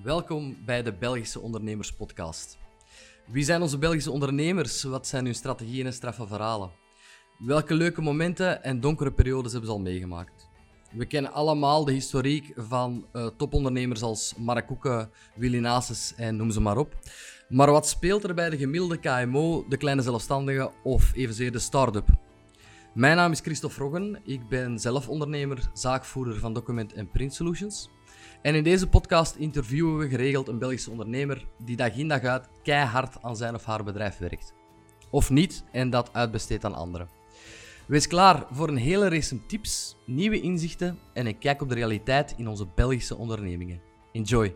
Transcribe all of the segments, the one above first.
Welkom bij de Belgische Ondernemers Podcast. Wie zijn onze Belgische ondernemers? Wat zijn hun strategieën en straffe verhalen? Welke leuke momenten en donkere periodes hebben ze al meegemaakt? We kennen allemaal de historiek van topondernemers als Mark Koeken, Willy Nases en noem ze maar op. Maar wat speelt er bij de gemiddelde KMO, de kleine zelfstandige of evenzeer de start-up? Mijn naam is Christophe Roggen, ik ben zelf ondernemer, zaakvoerder van Document & Print Solutions. En in deze podcast interviewen we geregeld een Belgische ondernemer die dag in dag uit keihard aan zijn of haar bedrijf werkt. Of niet en dat uitbesteedt aan anderen. Wees klaar voor een hele race tips, nieuwe inzichten en een kijk op de realiteit in onze Belgische ondernemingen. Enjoy!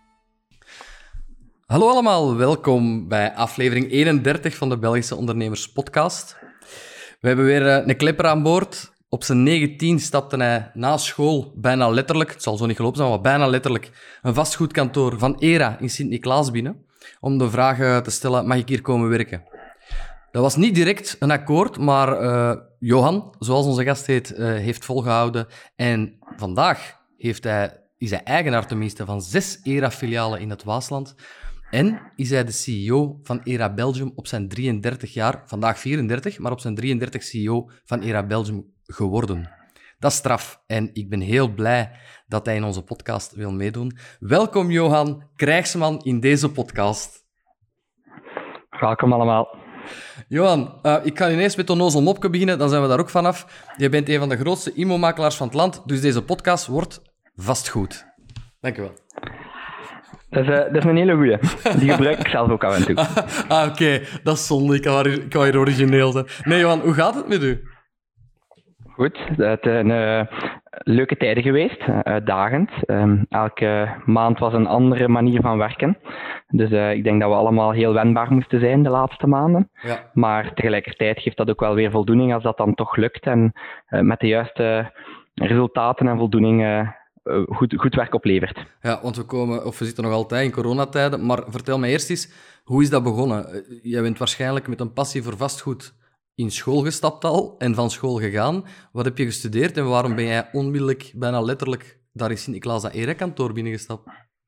Hallo allemaal, welkom bij aflevering 31 van de Belgische Ondernemers Podcast. We hebben weer een klepper aan boord. Op zijn 19 stapte hij na school bijna letterlijk, het zal zo niet gelopen zijn, maar bijna letterlijk, een vastgoedkantoor van ERA in Sint-Niklaas binnen om de vraag te stellen, mag ik hier komen werken? Dat was niet direct een akkoord, maar Johan, zoals onze gast heet, heeft volgehouden. En vandaag is hij eigenaar tenminste van 6 ERA-filialen in het Waasland. En is hij de CEO van ERA Belgium op zijn 33 jaar, vandaag 34, maar op zijn 33 CEO van ERA Belgium geworden. Dat is straf en ik ben heel blij dat hij in onze podcast wil meedoen. Welkom Johan Krijgsman in deze podcast. Welkom allemaal. Johan, ik ga ineens met onnozel mopje beginnen, dan zijn we daar ook vanaf. Je bent een van de grootste immomakelaars van het land, dus deze podcast wordt vastgoed. Dank je wel. Dat is een hele goeie. Die gebruik ik zelf ook af en toe. Oké. Dat is zonde. Ik kan hier origineel zijn. Nee, Johan, hoe gaat het met u? Goed, het zijn leuke tijden geweest, uitdagend. Elke maand was een andere manier van werken. Dus ik denk dat we allemaal heel wendbaar moesten zijn de laatste maanden. Ja. Maar tegelijkertijd geeft dat ook wel weer voldoening als dat dan toch lukt. En met de juiste resultaten en voldoening goed werk oplevert. Ja, want we zitten nog altijd in coronatijden. Maar vertel me eerst eens, hoe is dat begonnen? Jij bent waarschijnlijk met een passie voor vastgoed in school gestapt al en van school gegaan. Wat heb je gestudeerd en waarom ben jij onmiddellijk, bijna letterlijk, daar in Sint-Niklaas dat ERA-kantoor binnengestapt?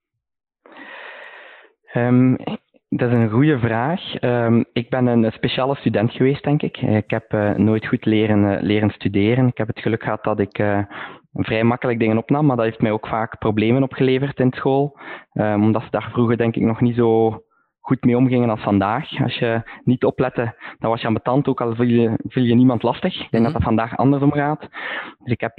Dat is een goede vraag. Ik ben een speciale student geweest, denk ik. Ik heb nooit goed leren studeren. Ik heb het geluk gehad dat ik vrij makkelijk dingen opnam, maar dat heeft mij ook vaak problemen opgeleverd in school. Omdat ze daar vroeger, denk ik, nog niet zo goed mee omgingen als vandaag. Als je niet oplette, dan was je ambetant, ook al viel je niemand lastig. Ik denk dat dat vandaag andersom gaat. Dus ik heb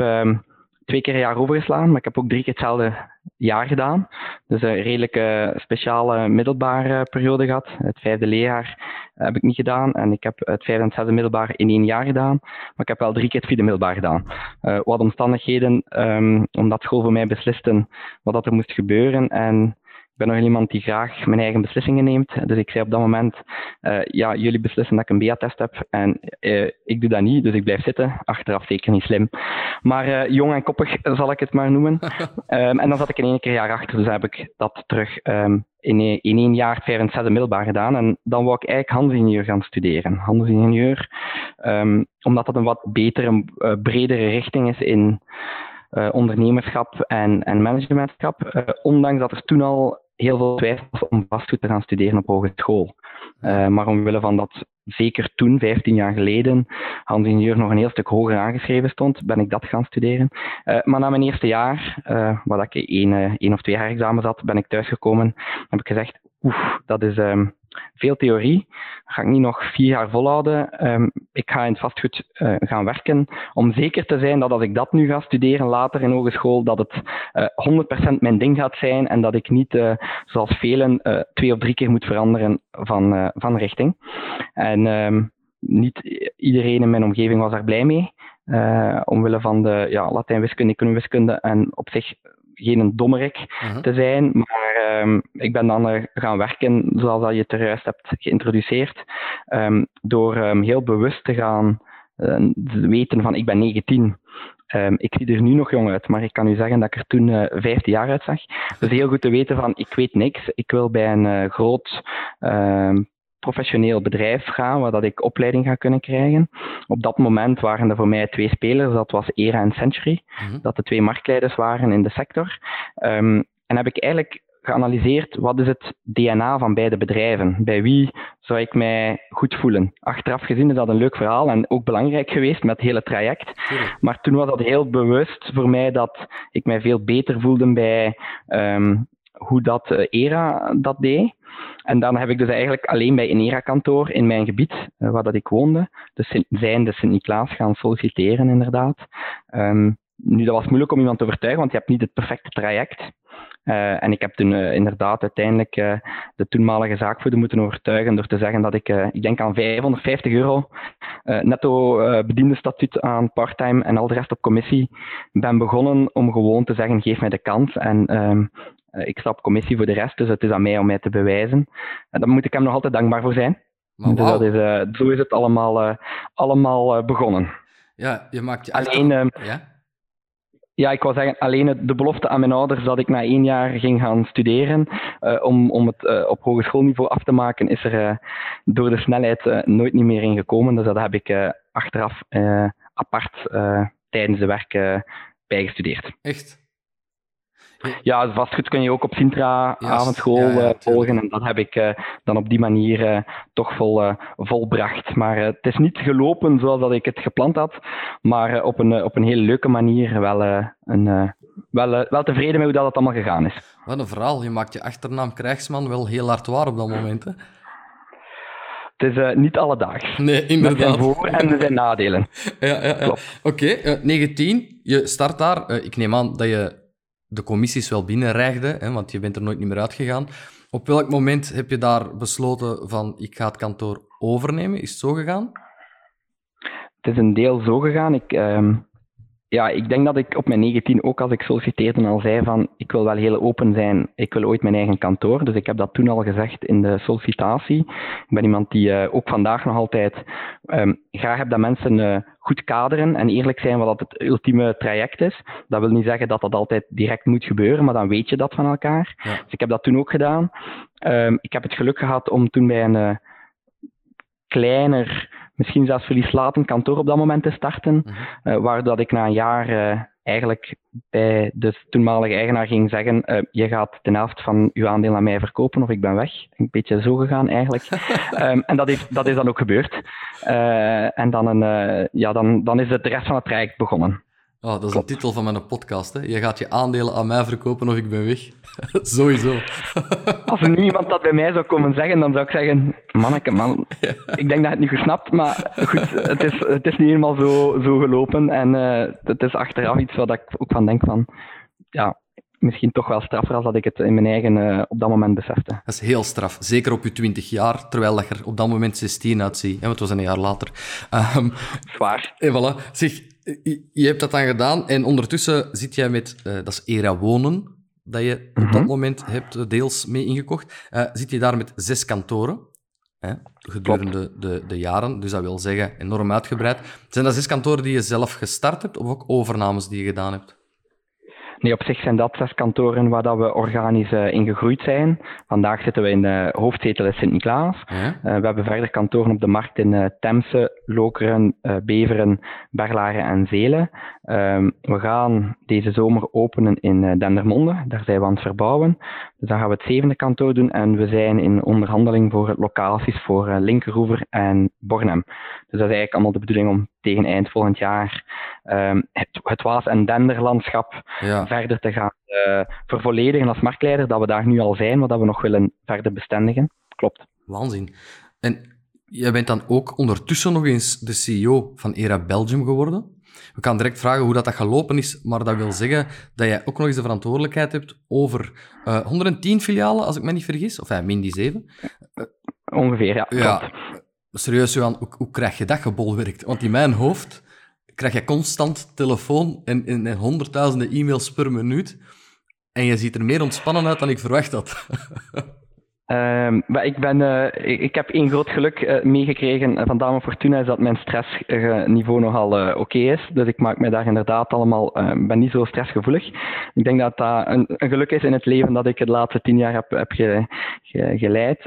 2 keer een jaar overgeslaan, maar ik heb ook 3 keer hetzelfde jaar gedaan. Dus een redelijk speciale middelbare periode gehad. Het 5e leerjaar heb ik niet gedaan en ik heb het 5e en het 6e middelbaar in 1 jaar gedaan. Maar ik heb wel 3 keer het 4e middelbaar gedaan. Wat omstandigheden, omdat school voor mij besliste wat er moest gebeuren. En ik ben nog iemand die graag mijn eigen beslissingen neemt. Dus ik zei op dat moment, jullie beslissen dat ik een BA-test heb en ik doe dat niet, dus ik blijf zitten. Achteraf zeker niet slim. Maar jong en koppig zal ik het maar noemen. En dan zat ik in 1 keer jaar achter, dus heb ik dat terug in 1 jaar het 5e en 6e middelbaar gedaan. En dan wou ik eigenlijk handelsingenieur gaan studeren. Handelsingenieur, omdat dat een wat betere, bredere richting is in ondernemerschap en managementschap. Ondanks dat er toen al heel veel twijfel was om vastgoed te gaan studeren op hogeschool. Maar omwille van dat zeker toen, 15 jaar geleden, handelsingenieur nog een heel stuk hoger aangeschreven stond, ben ik dat gaan studeren. Maar na mijn eerste jaar, waar ik 1 of 2 jaar examen zat, ben ik thuisgekomen en heb ik gezegd, dat is veel theorie. Dat ga ik niet nog 4 jaar volhouden. Ik ga in het vastgoed gaan werken om zeker te zijn dat als ik dat nu ga studeren later in hogeschool, dat het 100% mijn ding gaat zijn en dat ik niet, zoals velen, 2 of 3 keer moet veranderen van richting. En niet iedereen in mijn omgeving was daar blij mee. Omwille van de Latijn, wiskunde, economie, wiskunde en op zich geen dommerik te zijn, maar ik ben dan gaan werken, zoals dat je het juist hebt geïntroduceerd, door heel bewust te gaan weten van ik ben 19. Ik zie er nu nog jong uit, maar ik kan u zeggen dat ik er toen 15 jaar uitzag. Dus heel goed te weten van ik weet niks, ik wil bij een groot professioneel bedrijf gaan, waar dat ik opleiding ga kunnen krijgen. Op dat moment waren er voor mij 2 spelers, dat was ERA en Century, dat de 2 marktleiders waren in de sector. En heb ik eigenlijk geanalyseerd wat is het DNA van beide bedrijven. Bij wie zou ik mij goed voelen? Achteraf gezien is dat een leuk verhaal en ook belangrijk geweest met het hele traject. Maar toen was dat heel bewust voor mij dat ik mij veel beter voelde bij hoe dat ERA dat deed. En dan heb ik dus eigenlijk alleen bij een ERA-kantoor in mijn gebied, waar dat ik woonde, de Sint-Niklaas gaan solliciteren inderdaad. Nu, dat was moeilijk om iemand te overtuigen, want je hebt niet het perfecte traject. En ik heb toen inderdaad uiteindelijk de toenmalige zaakvoerder moeten overtuigen door te zeggen dat ik denk aan €550 netto bediendenstatuut aan parttime en al de rest op commissie ben begonnen om gewoon te zeggen, geef mij de kans. En ik sta op commissie voor de rest, dus het is aan mij om mij te bewijzen. En daar moet ik hem nog altijd dankbaar voor zijn. Maar dus dat is, zo is het allemaal begonnen. Ja, je maakt je alleen, ja? Ja, ik wou zeggen, alleen de belofte aan mijn ouders dat ik na 1 jaar ging gaan studeren, om het op hogeschoolniveau af te maken, is er door de snelheid nooit niet meer in gekomen. Dus dat heb ik achteraf apart tijdens de werk bijgestudeerd. Echt? Ja, vastgoed kun je ook op Sintra avondschool volgen. En dat heb ik dan op die manier toch volbracht. Maar het is niet gelopen zoals dat ik het gepland had. Maar op een hele leuke manier wel tevreden met hoe dat allemaal gegaan is. Wat een verhaal. Je maakt je achternaam Krijgsman wel heel hard waar op dat moment, hè? Het is niet alledaags. Nee, inderdaad. Er zijn voor- en er zijn nadelen. Ja. Klopt. Oké, 19. Je start daar. Ik neem aan dat je de commissies wel binnenrijgde, hè, want je bent er nooit meer uitgegaan. Op welk moment heb je daar besloten van, ik ga het kantoor overnemen? Is het zo gegaan? Het is een deel zo gegaan. Ik denk dat ik op mijn 19 ook als ik solliciteerde al zei van ik wil wel heel open zijn, ik wil ooit mijn eigen kantoor. Dus ik heb dat toen al gezegd in de sollicitatie. Ik ben iemand die ook vandaag nog altijd graag heb dat mensen goed kaderen en eerlijk zijn wat dat het ultieme traject is. Dat wil niet zeggen dat dat altijd direct moet gebeuren, maar dan weet je dat van elkaar. Ja. Dus ik heb dat toen ook gedaan. Ik heb het geluk gehad om toen bij een kleiner, misschien zelfs verlieslatend kantoor op dat moment te starten, waar dat ik na een jaar eigenlijk bij de toenmalige eigenaar ging zeggen, je gaat de helft van uw aandeel aan mij verkopen of ik ben weg. Een beetje zo gegaan eigenlijk. En dat is dan ook gebeurd. En dan is het de rest van het traject begonnen. Oh, dat is de titel van mijn podcast, hè? Je gaat je aandelen aan mij verkopen of ik ben weg. Sowieso. Als er nu iemand dat bij mij zou komen zeggen, dan zou ik zeggen, manneke, man, ik denk dat het niet gesnapt, maar goed, het is niet helemaal zo gelopen. En het is achteraf iets wat ik ook van denk van, ja, misschien toch wel straffer als dat ik het in mijn eigen op dat moment besefte. Dat is heel straf, zeker op je 20 jaar, terwijl dat je er op dat moment 16 uitziet. Want het was een jaar later. Zwaar. En voilà. Zeg, je hebt dat dan gedaan en ondertussen zit jij met, dat is ERA Wonen, dat je op dat moment hebt deels mee ingekocht. Zit je daar met 6 kantoren, gedurende de jaren, dus dat wil zeggen enorm uitgebreid. Zijn dat 6 kantoren die je zelf gestart hebt of ook overnames die je gedaan hebt? Nee, op zich zijn dat 6 kantoren waar dat we organisch in gegroeid zijn. Vandaag zitten we in de hoofdzetel in Sint-Niklaas. Ja. We hebben verder kantoren op de markt in Temse, Lokeren, Beveren, Berlaren en Zelen. We gaan deze zomer openen in Dendermonde. Daar zijn we aan het verbouwen. Dus dan gaan we het 7e kantoor doen en we zijn in onderhandeling voor locaties voor Linkeroever en Bornem. Dus dat is eigenlijk allemaal de bedoeling om tegen eind volgend jaar het Waas- en Denderlandschap verder te gaan vervolledigen als marktleider, dat we daar nu al zijn, maar dat we nog willen verder bestendigen. Klopt. Waanzin. En jij bent dan ook ondertussen nog eens de CEO van ERA Belgium geworden. We gaan direct vragen hoe dat gelopen is, maar dat wil zeggen dat jij ook nog eens de verantwoordelijkheid hebt over 110 filialen, als ik me niet vergis. Of min die 7. Ongeveer, ja. Ja. Serieus, Johan, hoe krijg je dat gebolwerkt? Want in mijn hoofd krijg je constant telefoon en honderdduizenden e-mails per minuut. En je ziet er meer ontspannen uit dan ik verwacht had. Maar ik heb één groot geluk meegekregen van Dame Fortuna, is dat mijn stressniveau nogal oké is. Dus ik maak mij daar inderdaad allemaal, ben niet zo stressgevoelig. Ik denk dat dat een geluk is in het leven dat ik de laatste 10 jaar heb geleid.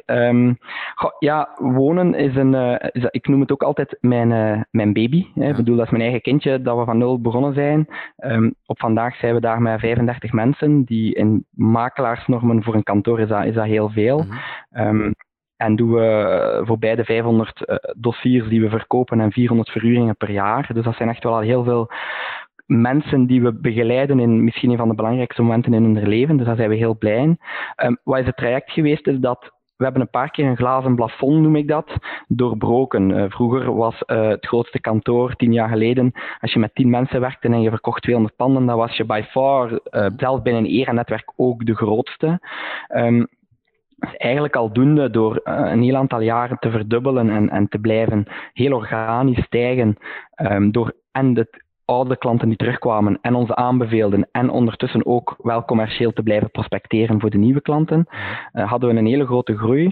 Wonen is ik noem het ook altijd mijn baby. Hè. Ik bedoel, dat is mijn eigen kindje, dat we van 0 begonnen zijn. Op vandaag zijn we daar met 35 mensen, die in makelaarsnormen voor een kantoor is dat heel veel. En doen we voorbij de 500 dossiers die we verkopen en 400 verhuringen per jaar. Dus dat zijn echt wel al heel veel mensen die we begeleiden in misschien een van de belangrijkste momenten in hun leven. Dus daar zijn we heel blij in. Wat is het traject geweest, is dat we hebben een paar keer een glazen plafond, noem ik dat, doorbroken. Vroeger was het grootste kantoor, 10 jaar geleden, als je met 10 mensen werkte en je verkocht 200 panden, dan was je by far, zelfs binnen een ERA-netwerk, ook de grootste. Eigenlijk aldoende door een heel aantal jaren te verdubbelen en te blijven heel organisch stijgen, door en de oude klanten die terugkwamen en onze aanbevelden en ondertussen ook wel commercieel te blijven prospecteren voor de nieuwe klanten, hadden we een hele grote groei.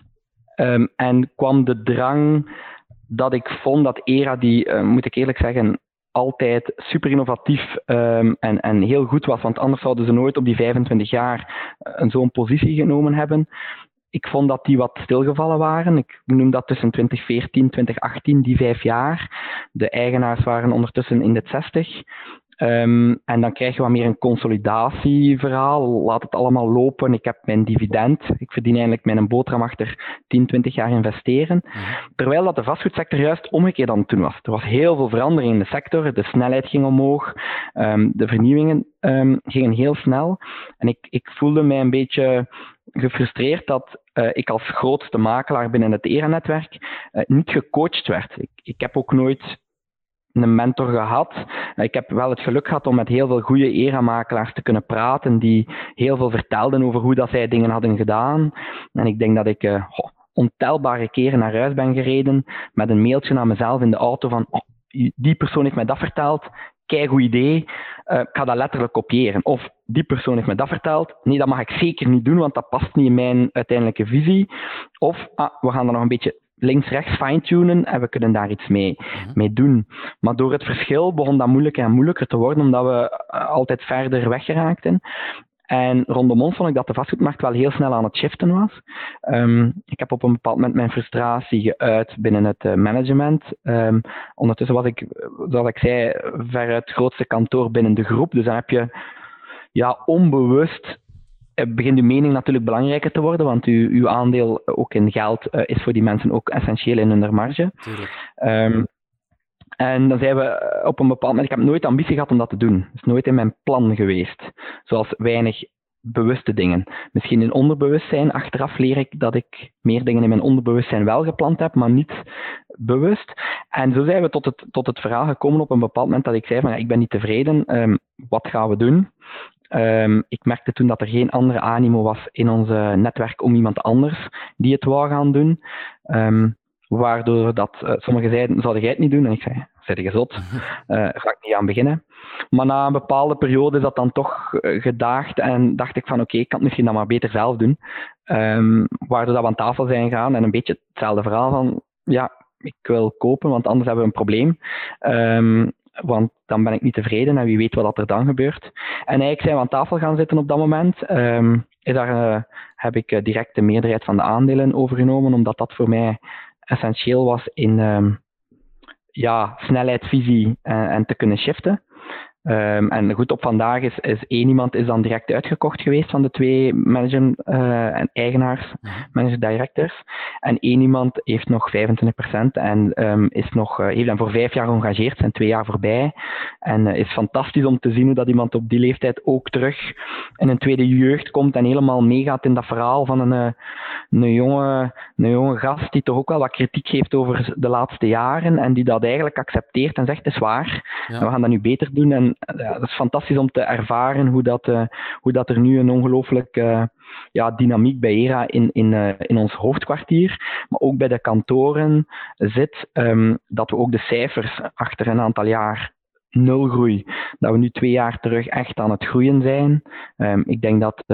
En kwam de drang dat ik vond dat ERA, die, moet ik eerlijk zeggen, altijd super innovatief en heel goed was, want anders zouden ze nooit op die 25 jaar zo'n positie genomen hebben. Ik vond dat die wat stilgevallen waren. Ik noem dat tussen 2014 en 2018, die 5 jaar. De eigenaars waren ondertussen in de 60. En dan krijg je wat meer een consolidatieverhaal. Laat het allemaal lopen. Ik heb mijn dividend. Ik verdien eigenlijk mijn boterham achter 10, 20 jaar investeren. Terwijl dat de vastgoedsector juist omgekeerd aan het doen was. Er was heel veel verandering in de sector. De snelheid ging omhoog. De vernieuwingen gingen heel snel. En ik voelde mij een beetje gefrustreerd dat ik als grootste makelaar binnen het ERA-netwerk niet gecoacht werd. Ik heb ook nooit een mentor gehad. Ik heb wel het geluk gehad om met heel veel goede ERA-makelaars te kunnen praten, die heel veel vertelden over hoe dat zij dingen hadden gedaan. En ik denk dat ik ontelbare keren naar huis ben gereden met een mailtje naar mezelf in de auto van die persoon heeft mij dat verteld, keigoed idee, ik ga dat letterlijk kopiëren. Of die persoon heeft mij dat verteld, nee, dat mag ik zeker niet doen, want dat past niet in mijn uiteindelijke visie. Of we gaan dat nog een beetje links-rechts fine-tunen en we kunnen daar iets mee doen. Maar door het verschil begon dat moeilijker en moeilijker te worden, omdat we altijd verder weggeraakten. En rondom ons vond ik dat de vastgoedmarkt wel heel snel aan het shiften was. Ik heb op een bepaald moment mijn frustratie geuit binnen het management. Ondertussen was ik, zoals ik zei, veruit het grootste kantoor binnen de groep. Dus dan heb je onbewust begint uw mening natuurlijk belangrijker te worden, want uw aandeel ook in geld is voor die mensen ook essentieel in hun marge. En dan zijn we op een bepaald moment, ik heb nooit ambitie gehad om dat te doen. Dat is nooit in mijn plan geweest. Zoals weinig bewuste dingen. Misschien in onderbewustzijn, achteraf leer ik dat ik meer dingen in mijn onderbewustzijn wel gepland heb, maar niet bewust. En zo zijn we tot het verhaal gekomen op een bepaald moment dat ik zei van ik ben niet tevreden, wat gaan we doen? Ik merkte toen dat er geen andere animo was in ons netwerk om iemand anders die het wou gaan doen. Waardoor dat sommigen zeiden, zou jij het niet doen? En ik zei, zet je zot, ga ik niet aan beginnen. Maar na een bepaalde periode is dat dan toch gedaagd en dacht ik van oké, ik kan het misschien dan maar beter zelf doen. Waardoor dat we aan tafel zijn gegaan en een beetje hetzelfde verhaal van ja, ik wil kopen, want anders hebben we een probleem. Want dan ben ik niet tevreden en wie weet wat er dan gebeurt. En eigenlijk zijn we aan tafel gaan zitten op dat moment. Daar heb ik direct de meerderheid van de aandelen overgenomen, omdat dat voor mij essentieel was in snelheid, visie en te kunnen shiften. En goed, op vandaag is één iemand is dan direct uitgekocht geweest van de 2 manager en eigenaars, manager directors. En één iemand heeft nog 25% en heeft hem voor 5 jaar geëngageerd, zijn 2 jaar voorbij. En is fantastisch om te zien hoe dat iemand op die leeftijd ook terug in een tweede jeugd komt en helemaal meegaat in dat verhaal van een jonge gast die toch ook wel wat kritiek geeft over de laatste jaren en die dat eigenlijk accepteert en zegt, het is waar, en we gaan dat nu beter doen. En dat is fantastisch om te ervaren hoe dat er nu een ongelooflijk dynamiek bij ERA in ons hoofdkwartier, maar ook bij de kantoren zit, dat we ook de cijfers achter een aantal jaar 0 groei, dat we nu 2 jaar terug echt aan het groeien zijn. Ik denk dat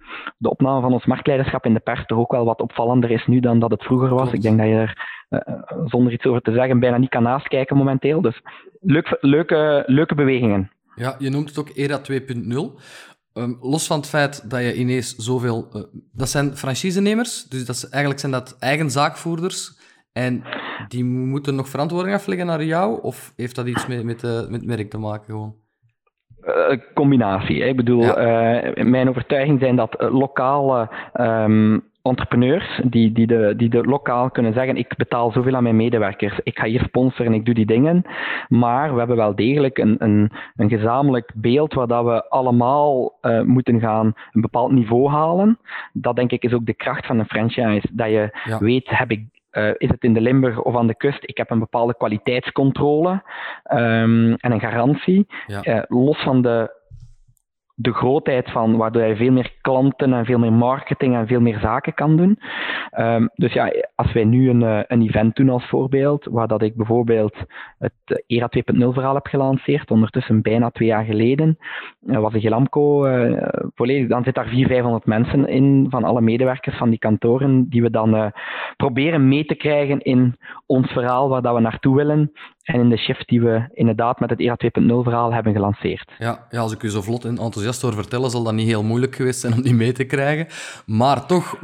de opname van ons marktleiderschap in de pers toch ook wel wat opvallender is nu dan dat het vroeger was. Klopt. Ik denk dat je er, zonder iets over te zeggen, bijna niet kan naast kijken momenteel. Dus leuke bewegingen. Ja, je noemt het ook ERA 2.0. Los van het feit dat je ineens zoveel... dat zijn franchisenemers, dus eigenlijk zijn dat eigen zaakvoerders. En die moeten nog verantwoording afleggen naar jou? Of heeft dat iets met het merk te maken gewoon? Combinatie. Hè. Ik bedoel, mijn overtuiging zijn dat lokale entrepreneurs die lokaal kunnen zeggen, ik betaal zoveel aan mijn medewerkers, ik ga hier sponsoren, ik doe die dingen. Maar we hebben wel degelijk een gezamenlijk beeld waar dat we allemaal moeten gaan een bepaald niveau halen. Dat denk ik is ook de kracht van een franchise. Dat je weet, is het in de Limburg of aan de kust? Ik heb een bepaalde kwaliteitscontrole en een garantie. Ja. Los van de grootheid van, waardoor je veel meer klanten en veel meer marketing en veel meer zaken kan doen. Dus ja, als wij nu een event doen als voorbeeld, waar dat ik bijvoorbeeld het ERA 2.0 verhaal heb gelanceerd, ondertussen bijna 2 jaar geleden, was de Gelamco volledig, dan zit daar 400-500 mensen in, van alle medewerkers van die kantoren, die we dan proberen mee te krijgen in ons verhaal waar dat we naartoe willen. En in de shift die we inderdaad met het ERA 2.0 verhaal hebben gelanceerd. Ja, als ik u zo vlot en enthousiast hoor vertellen, zal dat niet heel moeilijk geweest zijn om die mee te krijgen. Maar toch,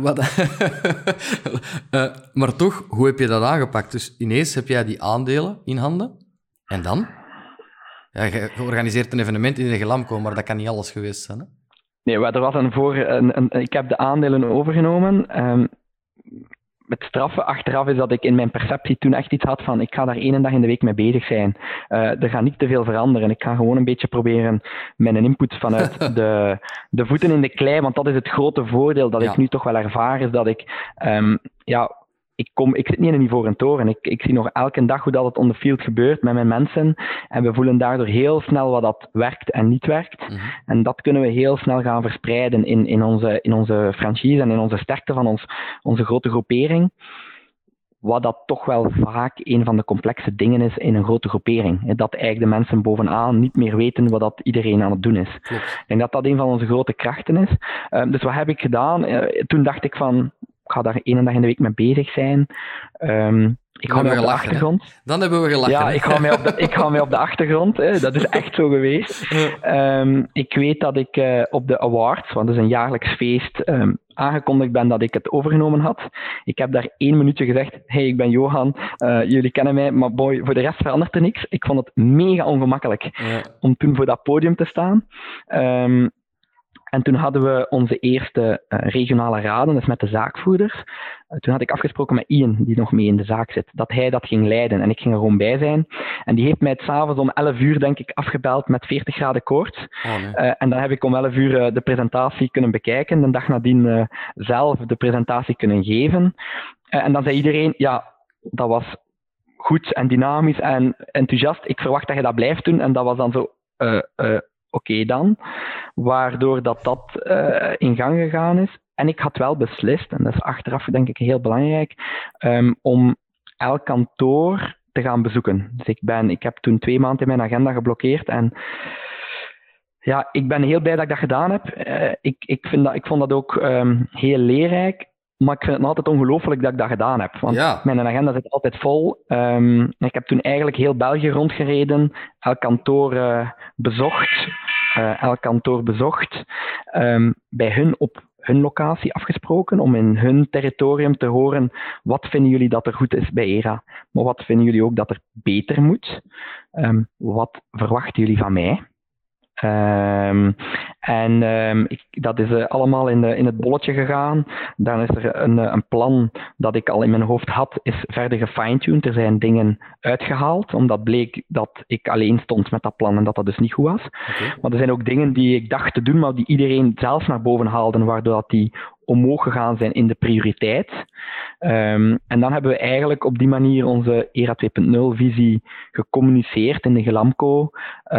hoe heb je dat aangepakt? Dus ineens heb jij die aandelen in handen. En dan? Ja, je organiseert een evenement in de Gelamco, maar dat kan niet alles geweest zijn, hè? Nee, er was ik heb de aandelen overgenomen. Het straffe achteraf is dat ik in mijn perceptie toen echt iets had van ik ga daar 1 dag in de week mee bezig zijn. Er gaat niet te veel veranderen. Ik ga gewoon een beetje proberen mijn input vanuit de voeten in de klei, want dat is het grote voordeel dat ik nu toch wel ervaar, is dat ik ik zit niet in een ivoren toren. Ik zie nog elke dag hoe dat het on the field gebeurt met mijn mensen. En we voelen daardoor heel snel wat dat werkt en niet werkt. Mm-hmm. En dat kunnen we heel snel gaan verspreiden in onze franchise en in onze sterkte van onze grote groepering. Wat dat toch wel vaak een van de complexe dingen is in een grote groepering. Dat eigenlijk de mensen bovenaan niet meer weten wat dat iedereen aan het doen is. Klopt. Ik denk dat dat een van onze grote krachten is. Dus wat heb ik gedaan? Toen dacht ik van, ik ga daar 1 dag in de week mee bezig zijn. Ik ga mij op de achtergrond. Hè? Dan hebben we gelachen. Ja, ik ga mij op de achtergrond. Hè. Dat is echt zo geweest. Ik weet dat ik op de awards, want dat is een jaarlijks feest, aangekondigd ben dat ik het overgenomen had. Ik heb daar 1 minuutje gezegd, hey, ik ben Johan, jullie kennen mij, maar boy, voor de rest verandert er niks. Ik vond het mega ongemakkelijk om toen voor dat podium te staan. En toen hadden we onze eerste regionale raden, dus met de zaakvoerders. Toen had ik afgesproken met Ian, die nog mee in de zaak zit, dat hij dat ging leiden en ik ging er gewoon bij zijn. En die heeft mij 's avonds om 11 uur, denk ik, afgebeld met 40 graden koorts. Oh, nee. En dan heb ik om 11 uur de presentatie kunnen bekijken, de dag nadien zelf de presentatie kunnen geven. En dan zei iedereen, ja, dat was goed en dynamisch en enthousiast. Ik verwacht dat je dat blijft doen. En dat was dan zo... Oké dan, waardoor dat in gang gegaan is. En ik had wel beslist, en dat is achteraf denk ik heel belangrijk, om elk kantoor te gaan bezoeken. Dus ik heb toen 2 maanden in mijn agenda geblokkeerd en ja, ik ben heel blij dat ik dat gedaan heb. Ik vond dat ook heel leerrijk. Maar ik vind het nog altijd ongelooflijk dat ik dat gedaan heb. Want mijn agenda zit altijd vol. Ik heb toen eigenlijk heel België rondgereden. Elk kantoor bezocht. Bij hun op hun locatie afgesproken. Om in hun territorium te horen. Wat vinden jullie dat er goed is bij ERA? Maar wat vinden jullie ook dat er beter moet? Wat verwachten jullie van mij? Dat is allemaal in het bolletje gegaan. Dan is er een plan dat ik al in mijn hoofd had, is verder gefine-tuned. Er zijn dingen uitgehaald, omdat bleek dat ik alleen stond met dat plan en dat dus niet goed was. Okay. Maar er zijn ook dingen die ik dacht te doen, maar die iedereen zelf naar boven haalde, waardoor dat die omhoog gegaan zijn in de prioriteit. En dan hebben we eigenlijk op die manier onze ERA 2.0 visie gecommuniceerd in de Gelamco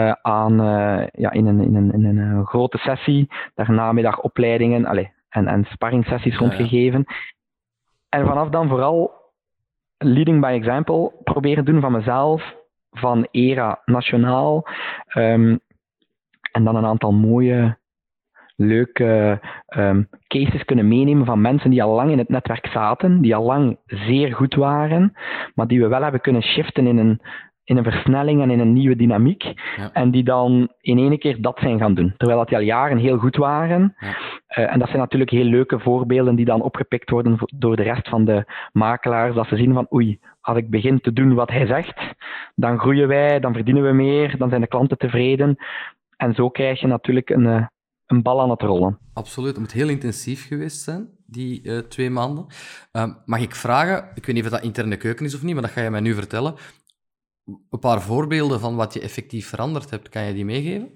in een grote sessie, daar namiddagopleidingen en sparringssessies rondgegeven. En vanaf dan vooral leading by example proberen doen van mezelf, van ERA nationaal, en dan een aantal mooie leuke cases kunnen meenemen van mensen die al lang in het netwerk zaten, die al lang zeer goed waren, maar die we wel hebben kunnen shiften in een versnelling en in een nieuwe dynamiek. Ja. En die dan in één keer dat zijn gaan doen. Terwijl dat die al jaren heel goed waren. Ja. En dat zijn natuurlijk heel leuke voorbeelden die dan opgepikt worden door de rest van de makelaars. Dat ze zien van oei, als ik begin te doen wat hij zegt, dan groeien wij, dan verdienen we meer, dan zijn de klanten tevreden. En zo krijg je natuurlijk een bal aan het rollen. Absoluut. Het moet heel intensief geweest zijn, die 2 maanden. Mag ik vragen, ik weet niet of dat interne keuken is of niet, maar dat ga je mij nu vertellen. Een paar voorbeelden van wat je effectief veranderd hebt, kan je die meegeven?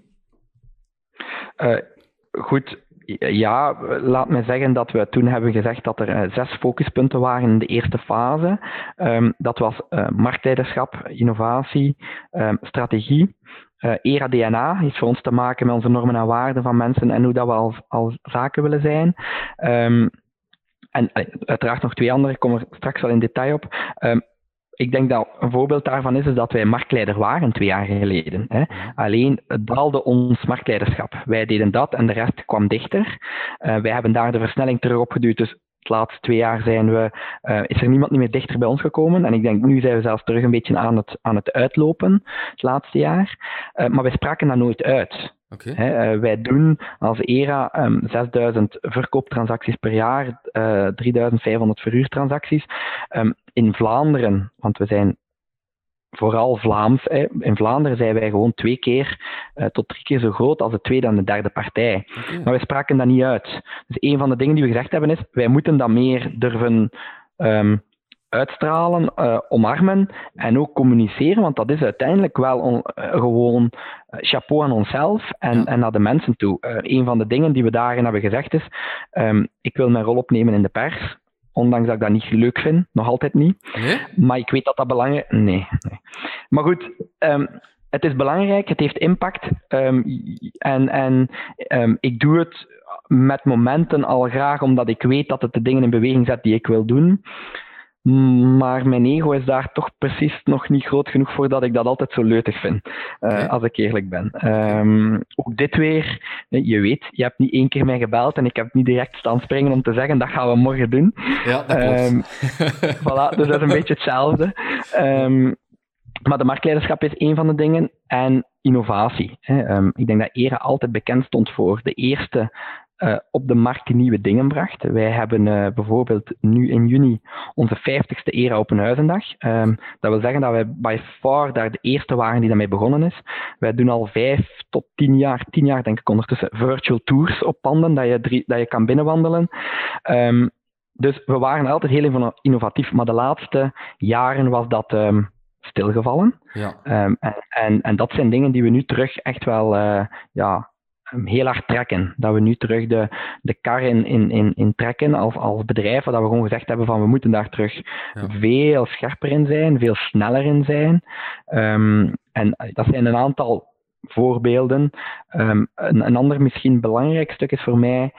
Goed, ja, laat me zeggen dat we toen hebben gezegd dat er 6 focuspunten waren in de eerste fase. Dat was marktleiderschap, innovatie, strategie. ERA-DNA heeft voor ons te maken met onze normen en waarden van mensen en hoe dat we als zaken willen zijn. En uiteraard nog 2 andere, ik kom er straks wel in detail op. Ik denk dat een voorbeeld daarvan is dat wij marktleider waren 2 jaar geleden. Hè. Alleen het daalde ons marktleiderschap. Wij deden dat en de rest kwam dichter. Wij hebben daar de versnelling terug opgeduwd. Dus de laatste 2 jaar is er niemand niet meer dichter bij ons gekomen. En ik denk nu zijn we zelfs terug een beetje aan het uitlopen, het laatste jaar. Maar wij spraken dat nooit uit. Okay. Wij doen als ERA 6000 verkooptransacties per jaar, 3500 verhuurtransacties. In Vlaanderen, want we zijn vooral Vlaams, in Vlaanderen zijn wij gewoon 2 keer tot 3 keer zo groot als de tweede en de derde partij. Okay. Maar wij spraken dat niet uit. Dus een van de dingen die we gezegd hebben is, wij moeten dat meer durven uitstralen, omarmen en ook communiceren, want dat is uiteindelijk wel gewoon chapeau aan onszelf en naar de mensen toe. Een van de dingen die we daarin hebben gezegd is, ik wil mijn rol opnemen in de pers, ondanks dat ik dat niet leuk vind, nog altijd niet. Nee? Maar ik weet dat dat belangrijk is. Nee. Maar goed, het is belangrijk, het heeft impact en ik doe het met momenten al graag, omdat ik weet dat het de dingen in beweging zet die ik wil doen. Maar mijn ego is daar toch precies nog niet groot genoeg voor dat ik dat altijd zo leutig vind, als ik eerlijk ben. Ook dit weer, je weet, je hebt niet 1 keer mij gebeld en ik heb niet direct staan springen om te zeggen, dat gaan we morgen doen. Ja, dat klopt. Voilà, dus dat is een beetje hetzelfde. Maar de marktleiderschap is 1 van de dingen en innovatie. Ik denk dat ERA altijd bekend stond voor de eerste op de markt die nieuwe dingen bracht. Wij hebben bijvoorbeeld nu in juni onze 50ste ERA Open Huizendag. Dat wil zeggen dat wij by far daar de eerste waren die daarmee begonnen is. Wij doen al 5 tot 10 jaar denk ik ondertussen, virtual tours op panden, dat je kan binnenwandelen. Dus we waren altijd heel innovatief, maar de laatste jaren was dat stilgevallen. Ja. En dat zijn dingen die we nu terug echt wel heel hard trekken. Dat we nu terug de kar in trekken als bedrijf, dat we gewoon gezegd hebben van we moeten daar terug veel scherper in zijn, veel sneller in zijn. En dat zijn een aantal voorbeelden. Een ander misschien belangrijk stuk is voor mij,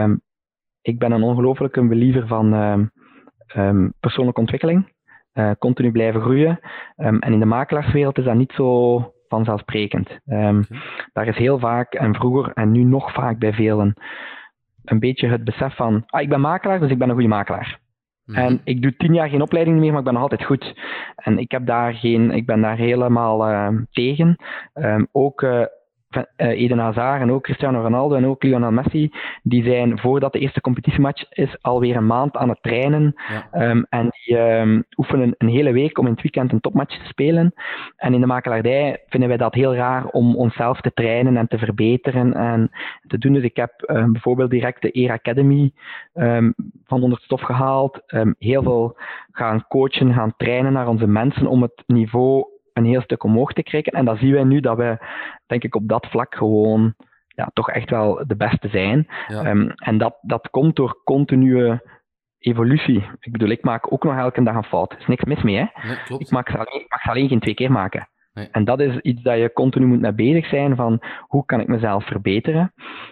ik ben een ongelooflijke believer van persoonlijke ontwikkeling. Continu blijven groeien. En in de makelaarswereld is dat niet zo vanzelfsprekend. Daar is heel vaak, en vroeger en nu nog vaak bij velen, een beetje het besef van, ik ben makelaar, dus ik ben een goede makelaar. En ik doe 10 jaar geen opleiding meer, maar ik ben nog altijd goed. En ik ben daar helemaal tegen. Ook Eden Hazard en ook Cristiano Ronaldo en ook Lionel Messi, die zijn voordat de eerste competitiematch is alweer een maand aan het trainen. En die oefenen een hele week om in het weekend een topmatch te spelen. En in de makelaardij vinden wij dat heel raar om onszelf te trainen en te verbeteren en te doen. Dus ik heb bijvoorbeeld direct de ERA Academy van onder het stof gehaald. Heel veel gaan coachen, gaan trainen naar onze mensen om het niveau een heel stuk omhoog te krijgen. En dat zien wij nu dat we, denk ik, op dat vlak gewoon toch echt wel de beste zijn. Ja. En dat komt door continue evolutie. Ik bedoel, ik maak ook nog elke dag een fout. Er is niks mis mee, hè? Nee, klopt. Ik mag ze alleen geen 2 keer maken. Nee. En dat is iets dat je continu moet mee bezig zijn van hoe kan ik mezelf verbeteren.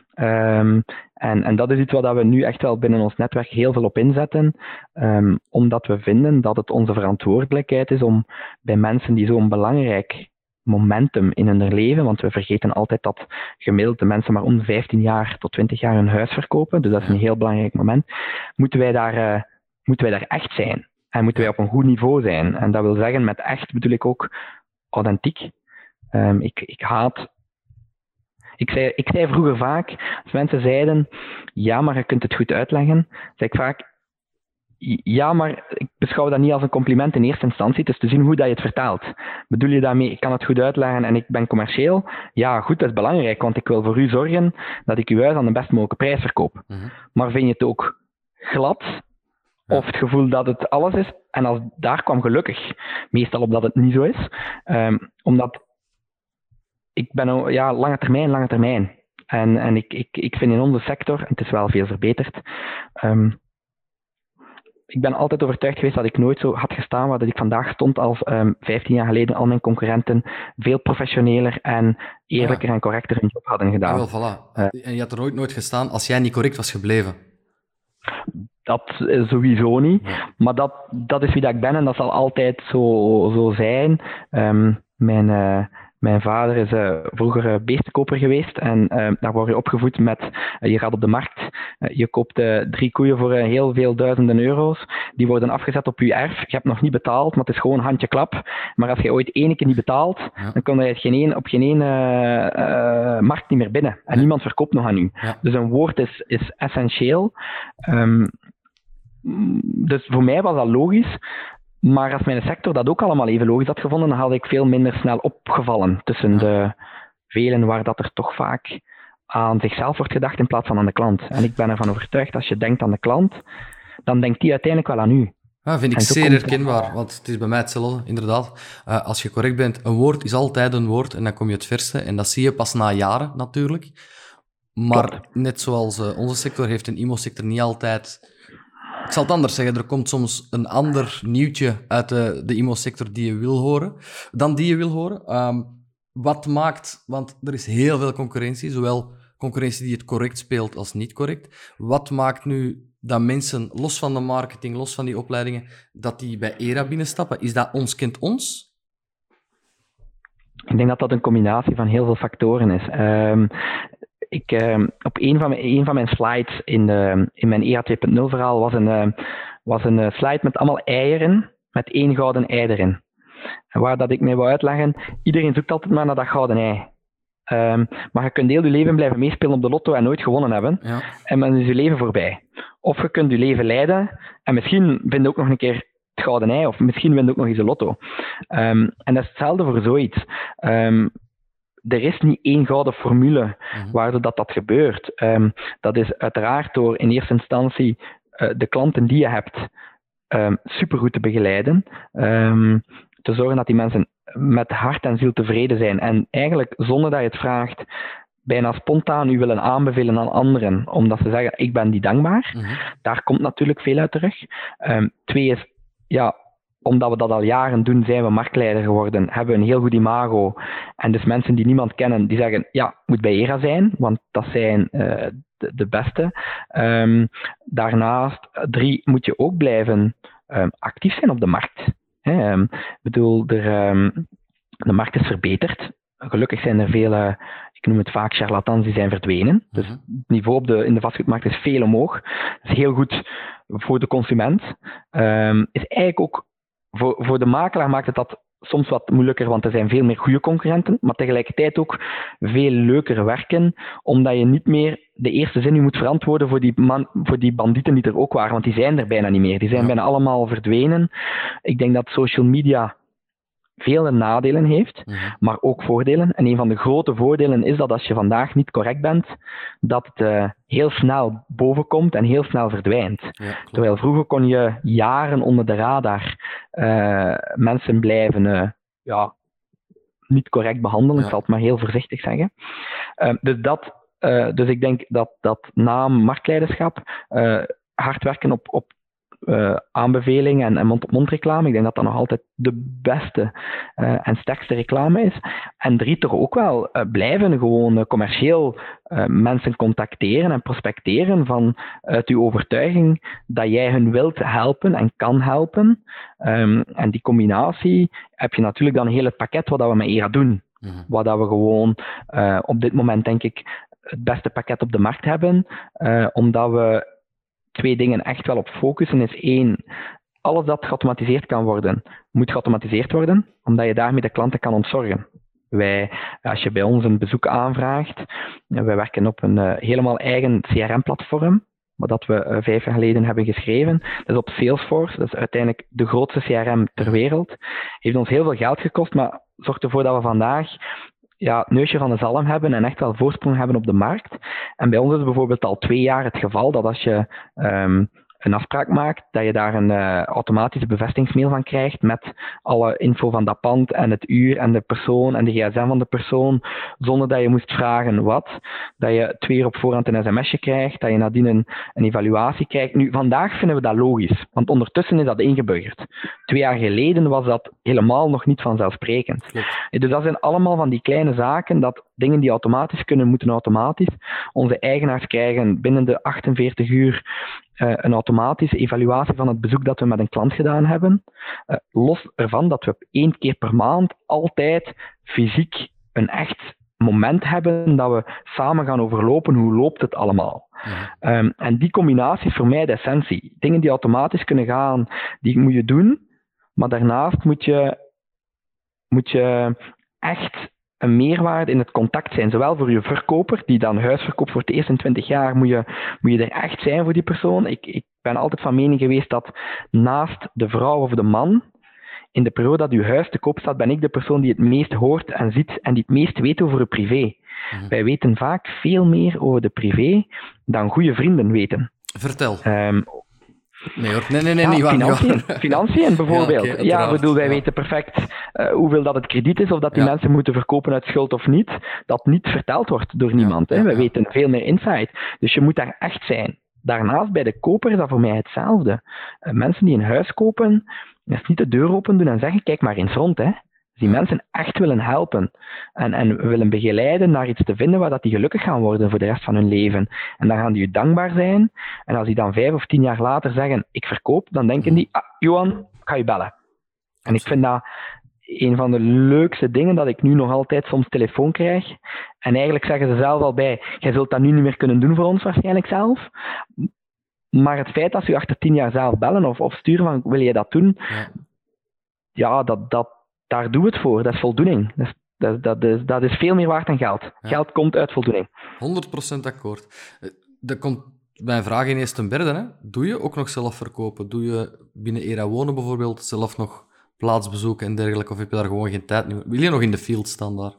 En dat is iets wat we nu echt wel binnen ons netwerk heel veel op inzetten, omdat we vinden dat het onze verantwoordelijkheid is om bij mensen die zo'n belangrijk momentum in hun leven, want we vergeten altijd dat gemiddeld de mensen maar om 15 jaar tot 20 jaar hun huis verkopen, dus dat is een heel belangrijk moment, moeten wij daar echt zijn. En moeten wij op een goed niveau zijn. En dat wil zeggen, met echt bedoel ik ook authentiek. Ik zei vroeger vaak, als mensen zeiden, ja, maar je kunt het goed uitleggen, zei ik vaak, ja, maar ik beschouw dat niet als een compliment in eerste instantie. Het is te zien hoe dat je het vertaalt. Bedoel je daarmee, ik kan het goed uitleggen en ik ben commercieel? Ja, goed, dat is belangrijk, want ik wil voor u zorgen dat ik uw huis aan de best mogelijke prijs verkoop. Mm-hmm. Maar vind je het ook glad? Of het gevoel dat het alles is? En daar kwam gelukkig meestal op dat het niet zo is. Omdat ik ben lange termijn. En ik vind in onze sector, en het is wel veel verbeterd, ik ben altijd overtuigd geweest dat ik nooit zo had gestaan waar dat ik vandaag stond als 15 jaar geleden al mijn concurrenten veel professioneler en eerlijker en correcter hun job hadden gedaan. Ja, wel, voilà. En je had er nooit gestaan als jij niet correct was gebleven? Dat sowieso niet, maar dat is wie dat ik ben en dat zal altijd zo zijn. Mijn vader is vroeger beestenkoper geweest en daar word je opgevoed met, je gaat op de markt, je koopt 3 koeien voor heel veel duizenden euro's, die worden afgezet op je erf, je hebt nog niet betaald, maar het is gewoon handje klap. Maar als je ooit 1 keer niet betaalt, dan kom je op geen ene markt niet meer binnen en niemand verkoopt nog aan u. Ja. Dus een woord is essentieel. Dus voor mij was dat logisch. Maar als mijn sector dat ook allemaal even logisch had gevonden, dan had ik veel minder snel opgevallen tussen de velen waar dat er toch vaak aan zichzelf wordt gedacht in plaats van aan de klant. En ik ben ervan overtuigd, als je denkt aan de klant, dan denkt die uiteindelijk wel aan u. Ja, vind ik zeer herkenbaar, want het is bij mij hetzelfde, inderdaad. Als je correct bent, een woord is altijd een woord en dan kom je het verste. En dat zie je pas na jaren, natuurlijk. Maar klopt. Net zoals onze sector heeft een IMO-sector niet altijd... Ik zal het anders zeggen, er komt soms een ander nieuwtje uit de IMO-sector die je wil horen. Wat maakt, want er is heel veel concurrentie, zowel concurrentie die het correct speelt als niet correct. Wat maakt nu dat mensen, los van de marketing, los van die opleidingen, dat die bij ERA binnenstappen? Is dat ons kent ons? Ik denk dat dat een combinatie van heel veel factoren is. Op een van mijn slides in mijn ERA 2.0 verhaal was een slide met allemaal eieren, met 1 gouden ei erin. En waar dat ik mij wou uitleggen, iedereen zoekt altijd maar naar dat gouden ei. Maar je kunt heel je leven blijven meespelen op de lotto en nooit gewonnen hebben. Ja. En dan is je leven voorbij. Of je kunt je leven leiden en misschien vind je ook nog een keer het gouden ei, of misschien win je ook nog eens de lotto. En dat is hetzelfde voor zoiets. Er is niet 1 gouden formule waardoor dat gebeurt. Dat is uiteraard door in eerste instantie de klanten die je hebt supergoed te begeleiden. Te zorgen dat die mensen met hart en ziel tevreden zijn. En eigenlijk zonder dat je het vraagt, bijna spontaan u willen aanbevelen aan anderen. Omdat ze zeggen, ik ben die dankbaar. Daar komt natuurlijk veel uit terug. 2 is, omdat we dat al jaren doen, zijn we marktleider geworden, hebben we een heel goed imago. En dus mensen die niemand kennen, die zeggen, moet bij ERA zijn, want dat zijn de beste. Daarnaast, 3, moet je ook blijven actief zijn op de markt. De markt is verbeterd. Gelukkig zijn er veel, ik noem het vaak charlatans, die zijn verdwenen. Dus het niveau in de vastgoedmarkt is veel omhoog. Dat is heel goed voor de consument. Is eigenlijk ook voor de makelaar maakt het dat soms wat moeilijker, want er zijn veel meer goede concurrenten, maar tegelijkertijd ook veel leuker werken, omdat je niet meer de eerste zin moet verantwoorden voor die bandieten die er ook waren, want die zijn er bijna niet meer. Die zijn bijna allemaal verdwenen. Ik denk dat social media veel nadelen heeft, maar ook voordelen. En een van de grote voordelen is dat als je vandaag niet correct bent, dat het heel snel bovenkomt en heel snel verdwijnt. Ja, terwijl vroeger kon je jaren onder de radar mensen blijven niet correct behandelen, ik zal het maar heel voorzichtig zeggen. Dus ik denk dat na marktleiderschap hard werken op aanbevelingen en mond-op-mond reclame. Ik denk dat dat nog altijd de beste en sterkste reclame is. En 3, toch ook wel blijven gewoon commercieel mensen contacteren en prospecteren vanuit uw overtuiging dat jij hun wilt helpen en kan helpen. En die combinatie heb je natuurlijk dan een heel pakket wat we met ERA doen. Wat dat we gewoon op dit moment, denk ik, het beste pakket op de markt hebben. Omdat we 2 dingen echt wel op focussen. Is 1, alles dat geautomatiseerd kan worden, moet geautomatiseerd worden, omdat je daarmee de klanten kan ontzorgen. Als je bij ons een bezoek aanvraagt, wij werken op een helemaal eigen CRM-platform, wat we 5 jaar geleden hebben geschreven. Dat is op Salesforce, dat is uiteindelijk de grootste CRM ter wereld. Heeft ons heel veel geld gekost, maar zorgt ervoor dat we vandaag het neusje van de zalm hebben en echt wel voorsprong hebben op de markt. En bij ons is het bijvoorbeeld al 2 jaar het geval dat als je een afspraak maakt, dat je daar een automatische bevestigingsmail van krijgt met alle info van dat pand en het uur en de persoon en de gsm van de persoon, zonder dat je moest vragen wat. Dat je 2 uur op voorhand een sms'je krijgt, dat je nadien een evaluatie krijgt. Nu, vandaag vinden we dat logisch, want ondertussen is dat ingeburgerd. 2 jaar geleden was dat helemaal nog niet vanzelfsprekend. Dus dat zijn allemaal van die kleine zaken, dat dingen die automatisch kunnen, moeten automatisch. Onze eigenaars krijgen binnen de 48 uur een automatische evaluatie van het bezoek dat we met een klant gedaan hebben. Los ervan dat we 1 keer per maand altijd fysiek een echt moment hebben dat we samen gaan overlopen hoe loopt het allemaal. En die combinatie is voor mij de essentie. Dingen die automatisch kunnen gaan, die moet je doen, maar daarnaast moet je echt een meerwaarde in het contact zijn. Zowel voor je verkoper, die dan huis verkoopt voor het eerste 20 jaar, moet je er echt zijn voor die persoon. Ik ben altijd van mening geweest dat naast de vrouw of de man, in de periode dat uw huis te koop staat, ben ik de persoon die het meest hoort en ziet en die het meest weet over uw privé. Wij weten vaak veel meer over de privé dan goede vrienden weten. Vertel. Nee hoor, nee, financiën bijvoorbeeld. Wij weten perfect hoeveel dat het krediet is, of dat die mensen moeten verkopen uit schuld of niet. Dat niet verteld wordt door niemand. Wij weten veel meer insight. Dus je moet daar echt zijn. Daarnaast, bij de koper is dat voor mij hetzelfde. Mensen die een huis kopen, is niet de deur open doen en zeggen, kijk maar eens rond. Die mensen echt willen helpen en willen begeleiden naar iets te vinden waar dat die gelukkig gaan worden voor de rest van hun leven. En dan gaan die je dankbaar zijn. En als die dan 5 of 10 jaar later zeggen, ik verkoop, dan denken die, Johan, ik ga je bellen. En ik vind dat een van de leukste dingen dat ik nu nog altijd soms telefoon krijg. En eigenlijk zeggen ze zelf al bij, jij zult dat nu niet meer kunnen doen voor ons waarschijnlijk zelf. Maar het feit dat ze je achter 10 jaar zelf bellen of sturen van, wil je dat doen? Daar doe het voor. Dat is voldoening. Dat is veel meer waard dan geld. Ja. Geld komt uit voldoening. 100% akkoord. Dat komt mijn vraag ineens ten berde. Hè? Doe je ook nog zelf verkopen? Doe je binnen ERA Wonen bijvoorbeeld zelf nog plaatsbezoeken en dergelijke? Of heb je daar gewoon geen tijd nu? Wil je nog in de field staan daar?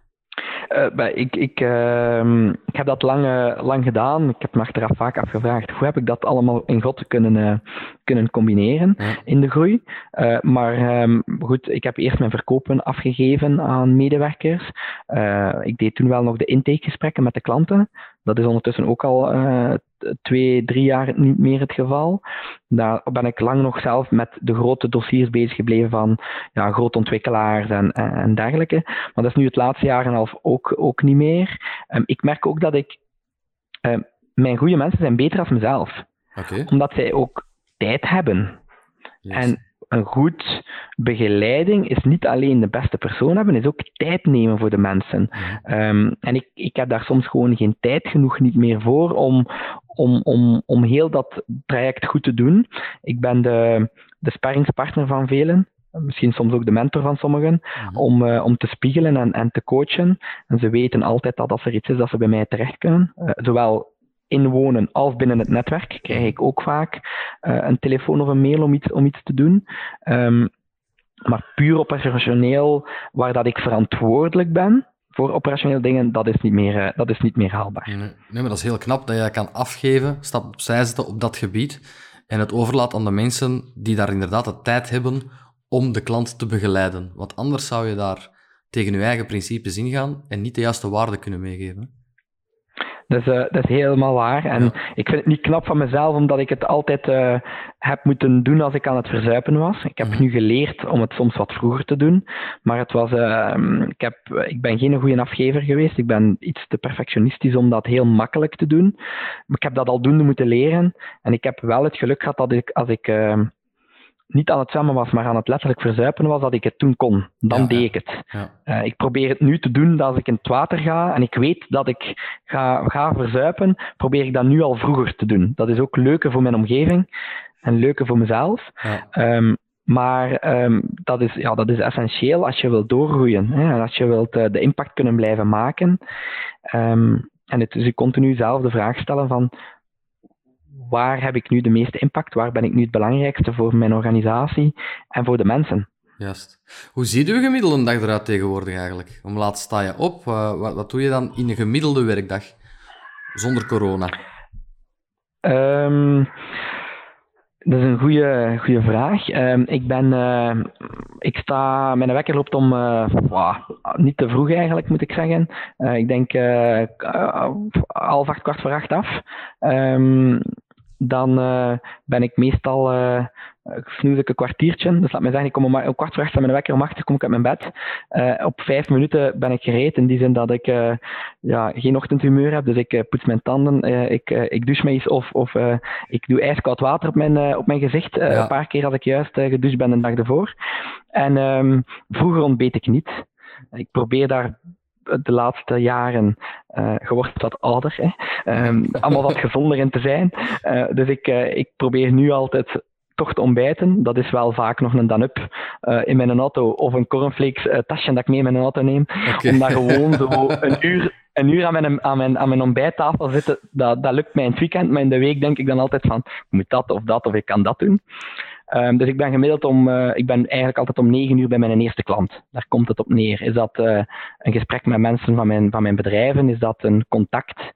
Ik heb dat lang gedaan. Ik heb me achteraf vaak afgevraagd, hoe heb ik dat allemaal in God kunnen combineren in de groei. Maar goed, ik heb eerst mijn verkopen afgegeven aan medewerkers. Ik deed toen wel nog de intakegesprekken met de klanten. Dat is ondertussen ook al 2-3 jaar niet meer het geval. Daar ben ik lang nog zelf met de grote dossiers bezig gebleven van grote ontwikkelaars en dergelijke. Maar dat is nu het laatste jaar en half ook niet meer. Ik merk ook dat mijn goede mensen zijn beter dan mezelf. Okay. Omdat zij ook tijd hebben. Yes. En een goed begeleiding is niet alleen de beste persoon hebben, is ook tijd nemen voor de mensen. En ik heb daar soms gewoon geen tijd genoeg niet meer voor om heel dat traject goed te doen. Ik ben de sparringspartner van velen. Misschien soms ook de mentor van sommigen, om te spiegelen en te coachen. En ze weten altijd dat als er iets is dat ze bij mij terecht kunnen. Zowel inwonen als binnen het netwerk krijg ik ook vaak een telefoon of een mail om iets te doen. Maar puur operationeel, waar dat ik verantwoordelijk ben voor operationeel dingen, dat is niet meer haalbaar. Nee, maar dat is heel knap dat je kan afgeven, stap opzij zetten op dat gebied en het overlaat aan de mensen die daar inderdaad de tijd hebben om de klant te begeleiden. Want anders zou je daar tegen je eigen principes ingaan en niet de juiste waarde kunnen meegeven. dat is helemaal waar. En ik vind het niet knap van mezelf, omdat ik het altijd heb moeten doen als ik aan het verzuipen was. Ik heb nu geleerd om het soms wat vroeger te doen, maar het was, ik ben geen goede afgever geweest. Ik ben iets te perfectionistisch om dat heel makkelijk te doen. Maar ik heb dat aldoende moeten leren. En ik heb wel het geluk gehad dat als ik niet aan het zwemmen was, maar aan het letterlijk verzuipen was, dat ik het toen kon. Dan deed ik het. Ja. Ik probeer het nu te doen dat als ik in het water ga en ik weet dat ik ga verzuipen, probeer ik dat nu al vroeger te doen. Dat is ook leuker voor mijn omgeving en leuker voor mezelf. Ja. Maar dat is essentieel als je wilt doorgroeien. Hè, en als je wilt de impact kunnen blijven maken. En het is je continu zelf de vraag stellen van, waar heb ik nu de meeste impact? Waar ben ik nu het belangrijkste voor mijn organisatie en voor de mensen? Juist. Hoe ziet uw gemiddelde dag eruit tegenwoordig eigenlijk? Hoe laat sta je op? Wat doe je dan in een gemiddelde werkdag zonder corona? Dat is een goede vraag. Ik sta, mijn wekker loopt om, niet te vroeg eigenlijk, moet ik zeggen. Ik denk 7:30, 7:15 af. Dan ben ik meestal, snoes ik een kwartiertje. Dus laat me zeggen, ik kom om 7:15 aan mijn wekker, om 8 kom ik uit mijn bed. Op 5 minuten ben ik gereed, in die zin dat ik geen ochtendhumeur heb. Dus ik poets mijn tanden, ik douche me eens of ik doe ijskoud water op mijn gezicht. Een paar keer als ik juist gedoucht ben de dag ervoor. En vroeger ontbeet ik niet. Ik probeer daar de laatste jaren, je wordt wat ouder, allemaal wat gezonder in te zijn. Dus ik probeer nu altijd toch te ontbijten. Dat is wel vaak nog een Dan-up in mijn auto of een cornflakes tasje dat ik mee in mijn auto neem. Okay. Om daar gewoon zo een uur aan mijn ontbijttafel zitten. Dat lukt mij in het weekend, maar in de week denk ik dan altijd van, ik moet dat of ik kan dat doen. Dus ik ben gemiddeld ik ben eigenlijk altijd om 9 uur bij mijn eerste klant. Daar komt het op neer. Is dat een gesprek met mensen van mijn bedrijven? Is dat een contact?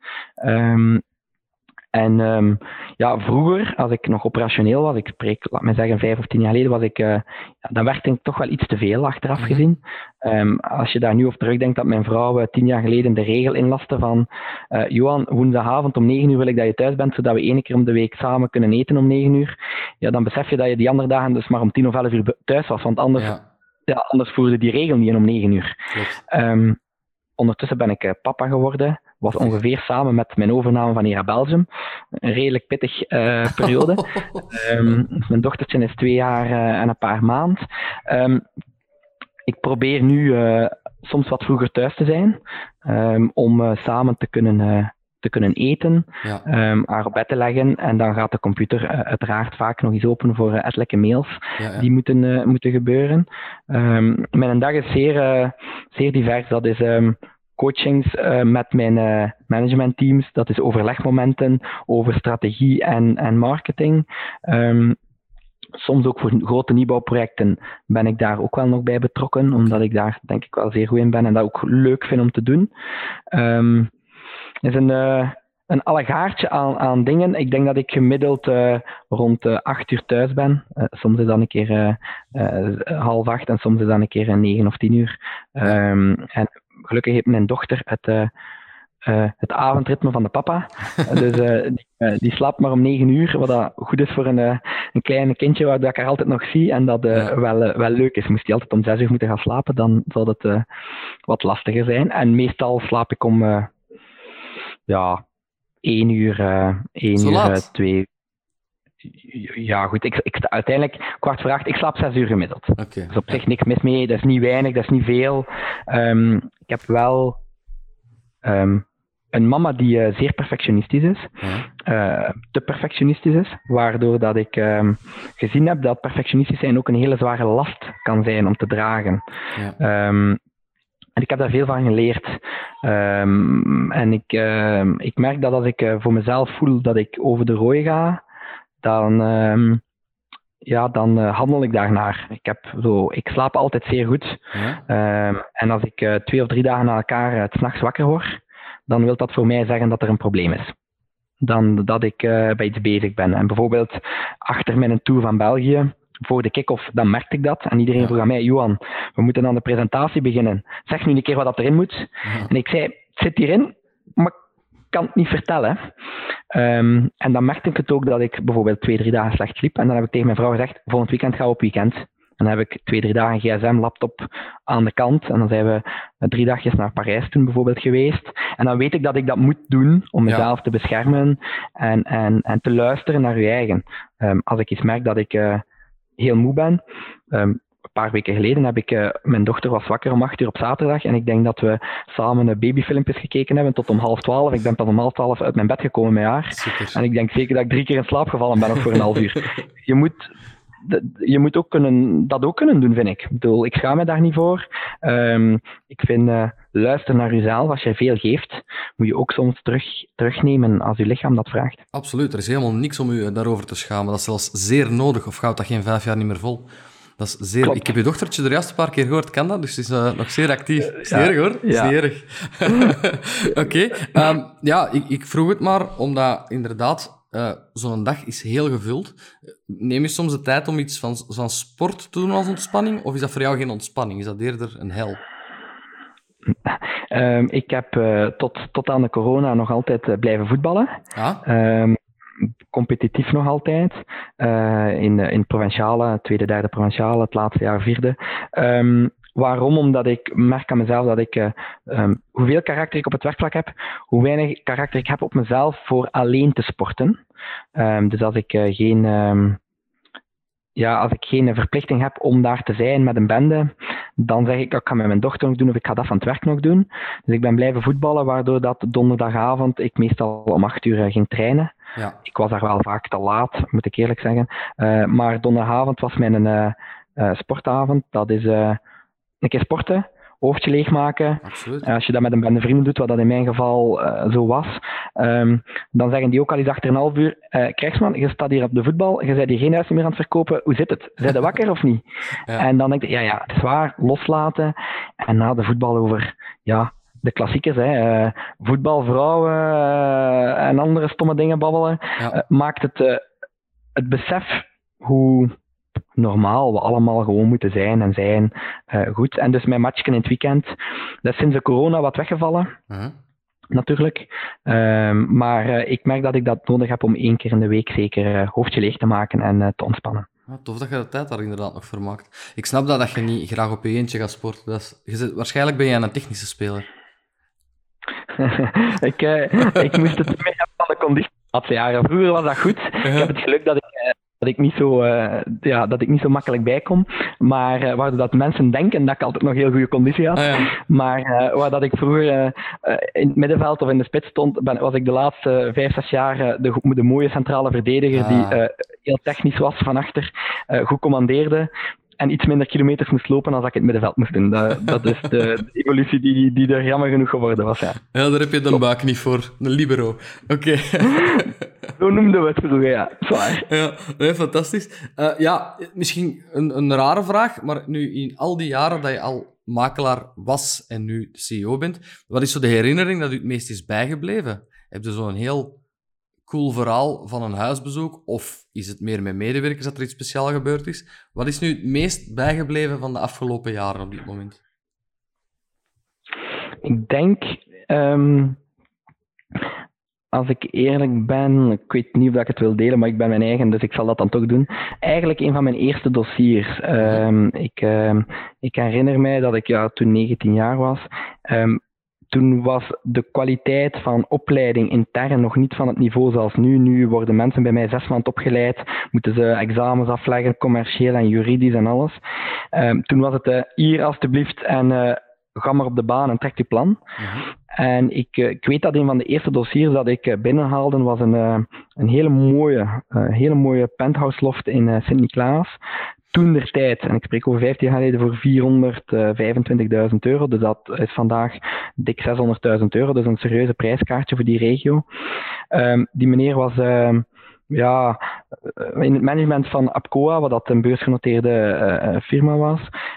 Vroeger, als ik nog operationeel was, ik spreek, laat me zeggen, 5 of 10 jaar geleden, dan werkte ik toch wel iets te veel achteraf gezien. Als je daar nu over terugdenkt dat mijn vrouw 10 jaar geleden de regel inlaste van Johan, woensdagavond om 9 uur wil ik dat je thuis bent, zodat we 1 keer om de week samen kunnen eten om 9 uur. Ja, dan besef je dat je die andere dagen dus maar om 10 of 11 uur thuis was, want anders voerde die regel niet in om 9 uur. Ondertussen ben ik papa geworden. Was ongeveer samen met mijn overname van Era Belgium. Een redelijk pittig periode. Mijn dochtertje is 2 jaar en een paar maanden. Ik probeer nu soms wat vroeger thuis te zijn. Om samen te kunnen eten. Haar op bed te leggen. En dan gaat de computer uiteraard vaak nog eens open voor ettelijke mails die moeten gebeuren. Mijn dag is zeer divers. Dat is coachings met mijn managementteams. Dat is overlegmomenten over strategie en marketing. Soms ook voor grote nieuwbouwprojecten ben ik daar ook wel nog bij betrokken, omdat ik daar denk ik wel zeer goed in ben en dat ook leuk vind om te doen. Het is een allegaartje aan dingen. Ik denk dat ik gemiddeld rond 8 uur thuis ben. Soms is dat een keer 7:30 en soms is dat een keer 9 of 10 uur. En gelukkig heeft mijn dochter het avondritme van de papa. Dus die slaapt maar om 9 uur, wat dat goed is voor een klein kindje waar ik haar altijd nog zie en dat wel leuk is. Moest die altijd om 6 uur moeten gaan slapen, dan zou het wat lastiger zijn. En meestal slaap ik om 1 uur, 2 uur. Ja, goed. Ik sta uiteindelijk 7:15. Ik slaap 6 uur gemiddeld. Okay. Dus op zich niks mis mee. Dat is niet weinig, dat is niet veel. Ik heb wel een mama die zeer perfectionistisch is. Te perfectionistisch is. Waardoor dat ik gezien heb dat perfectionistisch zijn ook een hele zware last kan zijn om te dragen. En ik heb daar veel van geleerd. En ik merk dat als ik voor mezelf voel dat ik over de rooi ga, dan handel ik daarnaar. Ik slaap altijd zeer goed. En als ik 2 of 3 dagen na elkaar 's nachts wakker word, dan wil dat voor mij zeggen dat er een probleem is. Dan dat ik bij iets bezig ben. En bijvoorbeeld achter mijn tour van België, voor de kick-off, dan merkte ik dat. En iedereen vroeg aan mij, Johan, we moeten aan de presentatie beginnen. Zeg nu een keer wat dat erin moet. En ik zei, het zit hierin, maar kan het niet vertellen. En dan merkte ik het ook dat ik bijvoorbeeld 2-3 dagen slecht sliep. En dan heb ik tegen mijn vrouw gezegd, volgend weekend gaan we op weekend. En dan heb ik 2-3 dagen gsm, laptop aan de kant. En dan zijn we 3 dagjes naar Parijs toen bijvoorbeeld geweest. En dan weet ik dat ik dat moet doen om mezelf te beschermen en te luisteren naar je eigen. Als ik eens merk dat ik heel moe ben. Een paar weken geleden heb ik, mijn dochter was wakker om 8 uur op zaterdag en ik denk dat we samen babyfilmpjes gekeken hebben tot om 11:30. Ik ben pas om 11:30 uit mijn bed gekomen met haar. Super. En ik denk zeker dat ik 3 keer in slaap gevallen ben nog voor een half uur. Je moet ook dat ook kunnen doen, vind ik. Ik bedoel, ik schaam me daar niet voor. Ik vind, luister naar jezelf. Als je veel geeft, moet je ook soms terugnemen als je lichaam dat vraagt. Absoluut. Er is helemaal niks om u daarover te schamen. Dat is zelfs zeer nodig. Of houdt dat geen 5 jaar niet meer vol? Dat is zeer... Klopt. Ik heb je dochtertje er juist een paar keer gehoord, kan dat? Dus het is nog zeer actief. Zeer hoor, zeer. Oké. Ik vroeg het maar, omdat inderdaad zo'n dag is heel gevuld. Neem je soms de tijd om iets van sport te doen als ontspanning? Of is dat voor jou geen ontspanning? Is dat eerder een hel? Ik heb tot aan de corona nog altijd blijven voetballen. Competitief nog altijd. In provinciale, tweede, derde provinciale, het laatste jaar vierde. Waarom? Omdat ik merk aan mezelf dat ik hoeveel karakter ik op het werkvlak heb, hoe weinig karakter ik heb op mezelf voor alleen te sporten. Dus als ik geen verplichting heb om daar te zijn met een bende, dan zeg ik, ik ga met mijn dochter nog doen of ik ga dat van het werk nog doen. Dus ik ben blijven voetballen, waardoor dat donderdagavond ik meestal om 8 uur ging trainen. Ja. Ik was daar wel vaak te laat, moet ik eerlijk zeggen. Maar donderdagavond was mijn sportavond. Dat is een keer sporten, hoofdje leegmaken. Als je dat met een bende vrienden doet, wat dat in mijn geval zo was, dan zeggen die ook al eens achter een half uur, Krijgsman, je staat hier op de voetbal, je bent hier geen huis meer aan het verkopen, hoe zit het? Zijn je wakker of niet? Ja. En dan denk ik, ja, het is waar, loslaten. En na de voetbal over, de klassiekers, voetbal, vrouwen en andere stomme dingen babbelen, maakt het besef hoe normaal we allemaal gewoon moeten zijn en zijn goed. En dus mijn matchje in het weekend, dat is sinds de corona wat weggevallen. Natuurlijk. Maar ik merk dat ik dat nodig heb om 1 keer in de week zeker hoofdje leeg te maken en te ontspannen. Ja, tof dat je de tijd daar inderdaad nog voor maakt. Ik snap dat je niet graag op je eentje gaat sporten. Waarschijnlijk ben jij een technische speler. Ik moest het meer hebben van de conditie de laatste jaren. Vroeger was dat goed. Ik heb het geluk dat ik niet zo makkelijk bijkom, maar waar dat mensen denken dat ik altijd nog heel goede conditie had. Maar waar dat ik vroeger in het middenveld of in de spits stond, was ik de laatste 5-6 jaar de mooie centrale verdediger die heel technisch was van achter, goed commandeerde en iets minder kilometers moest lopen als ik in het middenveld moest doen. Dat is de evolutie die er jammer genoeg geworden was. Ja, daar heb je de buik niet voor. Een libero. Oké. Zo noemden we het vroeger, ja. Zwaar. Ja, nee, fantastisch. Misschien een rare vraag, maar nu in al die jaren dat je al makelaar was en nu CEO bent, wat is zo de herinnering dat u het meest is bijgebleven? Heb je zo'n heel cool verhaal van een huisbezoek? Of is het meer met medewerkers dat er iets speciaals gebeurd is? Wat is nu het meest bijgebleven van de afgelopen jaren op dit moment? Ik denk, als ik eerlijk ben, ik weet niet of ik het wil delen, maar ik ben mijn eigen, dus ik zal dat dan toch doen. Eigenlijk een van mijn eerste dossiers. Ik herinner mij dat ik toen 19 jaar was. Toen was de kwaliteit van opleiding intern nog niet van het niveau zoals nu. Nu worden mensen bij mij 6 maanden opgeleid, moeten ze examens afleggen, commercieel en juridisch en alles. Toen was het hier alstublieft en ga maar op de baan en trek je plan. En ik weet dat een van de eerste dossiers dat ik binnenhaalde was een hele mooie penthouse loft in Sint-Niklaas. Toen der tijd, en ik spreek over 15 jaar geleden, voor €425.000. Dus dat is vandaag dik €600.000. Dus een serieuze prijskaartje voor die regio. Die meneer was in het management van Apcoa, wat dat een beursgenoteerde firma was.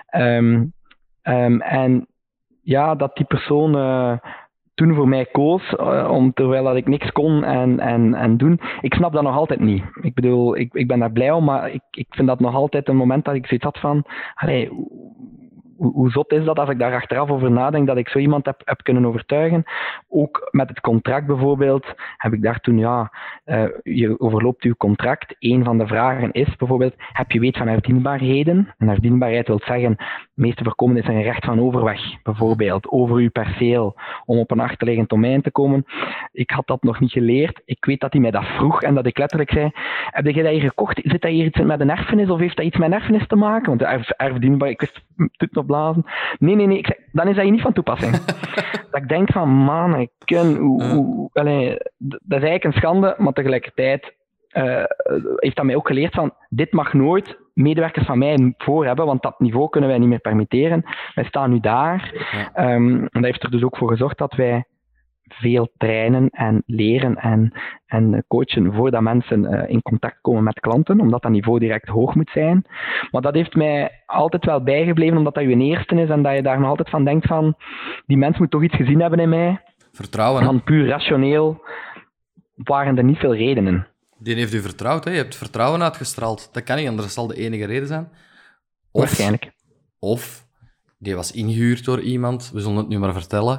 En dat die persoon toen voor mij koos, terwijl dat ik niks kon en doen. Ik snap dat nog altijd niet. Ik bedoel, ik ben daar blij om, maar ik vind dat nog altijd een moment dat ik zoiets had van, hoe zot is dat als ik daar achteraf over nadenk, dat ik zo iemand heb kunnen overtuigen. Ook met het contract bijvoorbeeld, heb ik daar toen, je overloopt uw contract. Een van de vragen is bijvoorbeeld, heb je weet van herdienbaarheden? En herdienbaarheid wil zeggen, het meeste voorkomend is een recht van overweg, bijvoorbeeld, over uw perceel, om op een achterliggend domein te komen. Ik had dat nog niet geleerd. Ik weet dat hij mij dat vroeg en dat ik letterlijk zei, heb je dat hier gekocht? Zit dat hier iets met een erfenis of heeft dat iets met een erfenis te maken? Want erfdienbaar, ik wist het nog blazen. Nee, ik zei, dan is dat hier niet van toepassing. Dat ik denk van, man, dat is eigenlijk een schande, maar tegelijkertijd heeft dat mij ook geleerd van, dit mag nooit medewerkers van mij voor hebben, want dat niveau kunnen wij niet meer permitteren. Wij staan nu daar. Ja. En dat heeft er dus ook voor gezorgd dat wij veel trainen en leren en coachen voordat mensen in contact komen met klanten, omdat dat niveau direct hoog moet zijn. Maar dat heeft mij altijd wel bijgebleven, omdat dat je eerste is en dat je daar nog altijd van denkt van, die mens moet toch iets gezien hebben in mij. Vertrouwen. Van puur rationeel waren er niet veel redenen. Die heeft u vertrouwd, hè? Je hebt vertrouwen uitgestraald. Dat kan niet, anders zal de enige reden zijn. Waarschijnlijk. Of die was ingehuurd door iemand, we zullen het nu maar vertellen.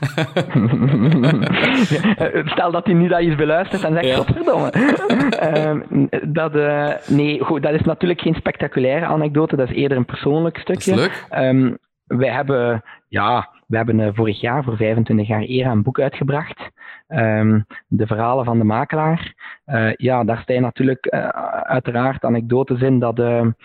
Stel dat hij nu dat eens beluistert en zegt, godverdomme. Nee, goed, dat is natuurlijk geen spectaculaire anekdote, dat is eerder een persoonlijk stukje. Dat is leuk. Wij hebben vorig jaar voor 25 jaar ERA een boek uitgebracht. De verhalen van de makelaar. Daar staan natuurlijk uiteraard anekdotes in dat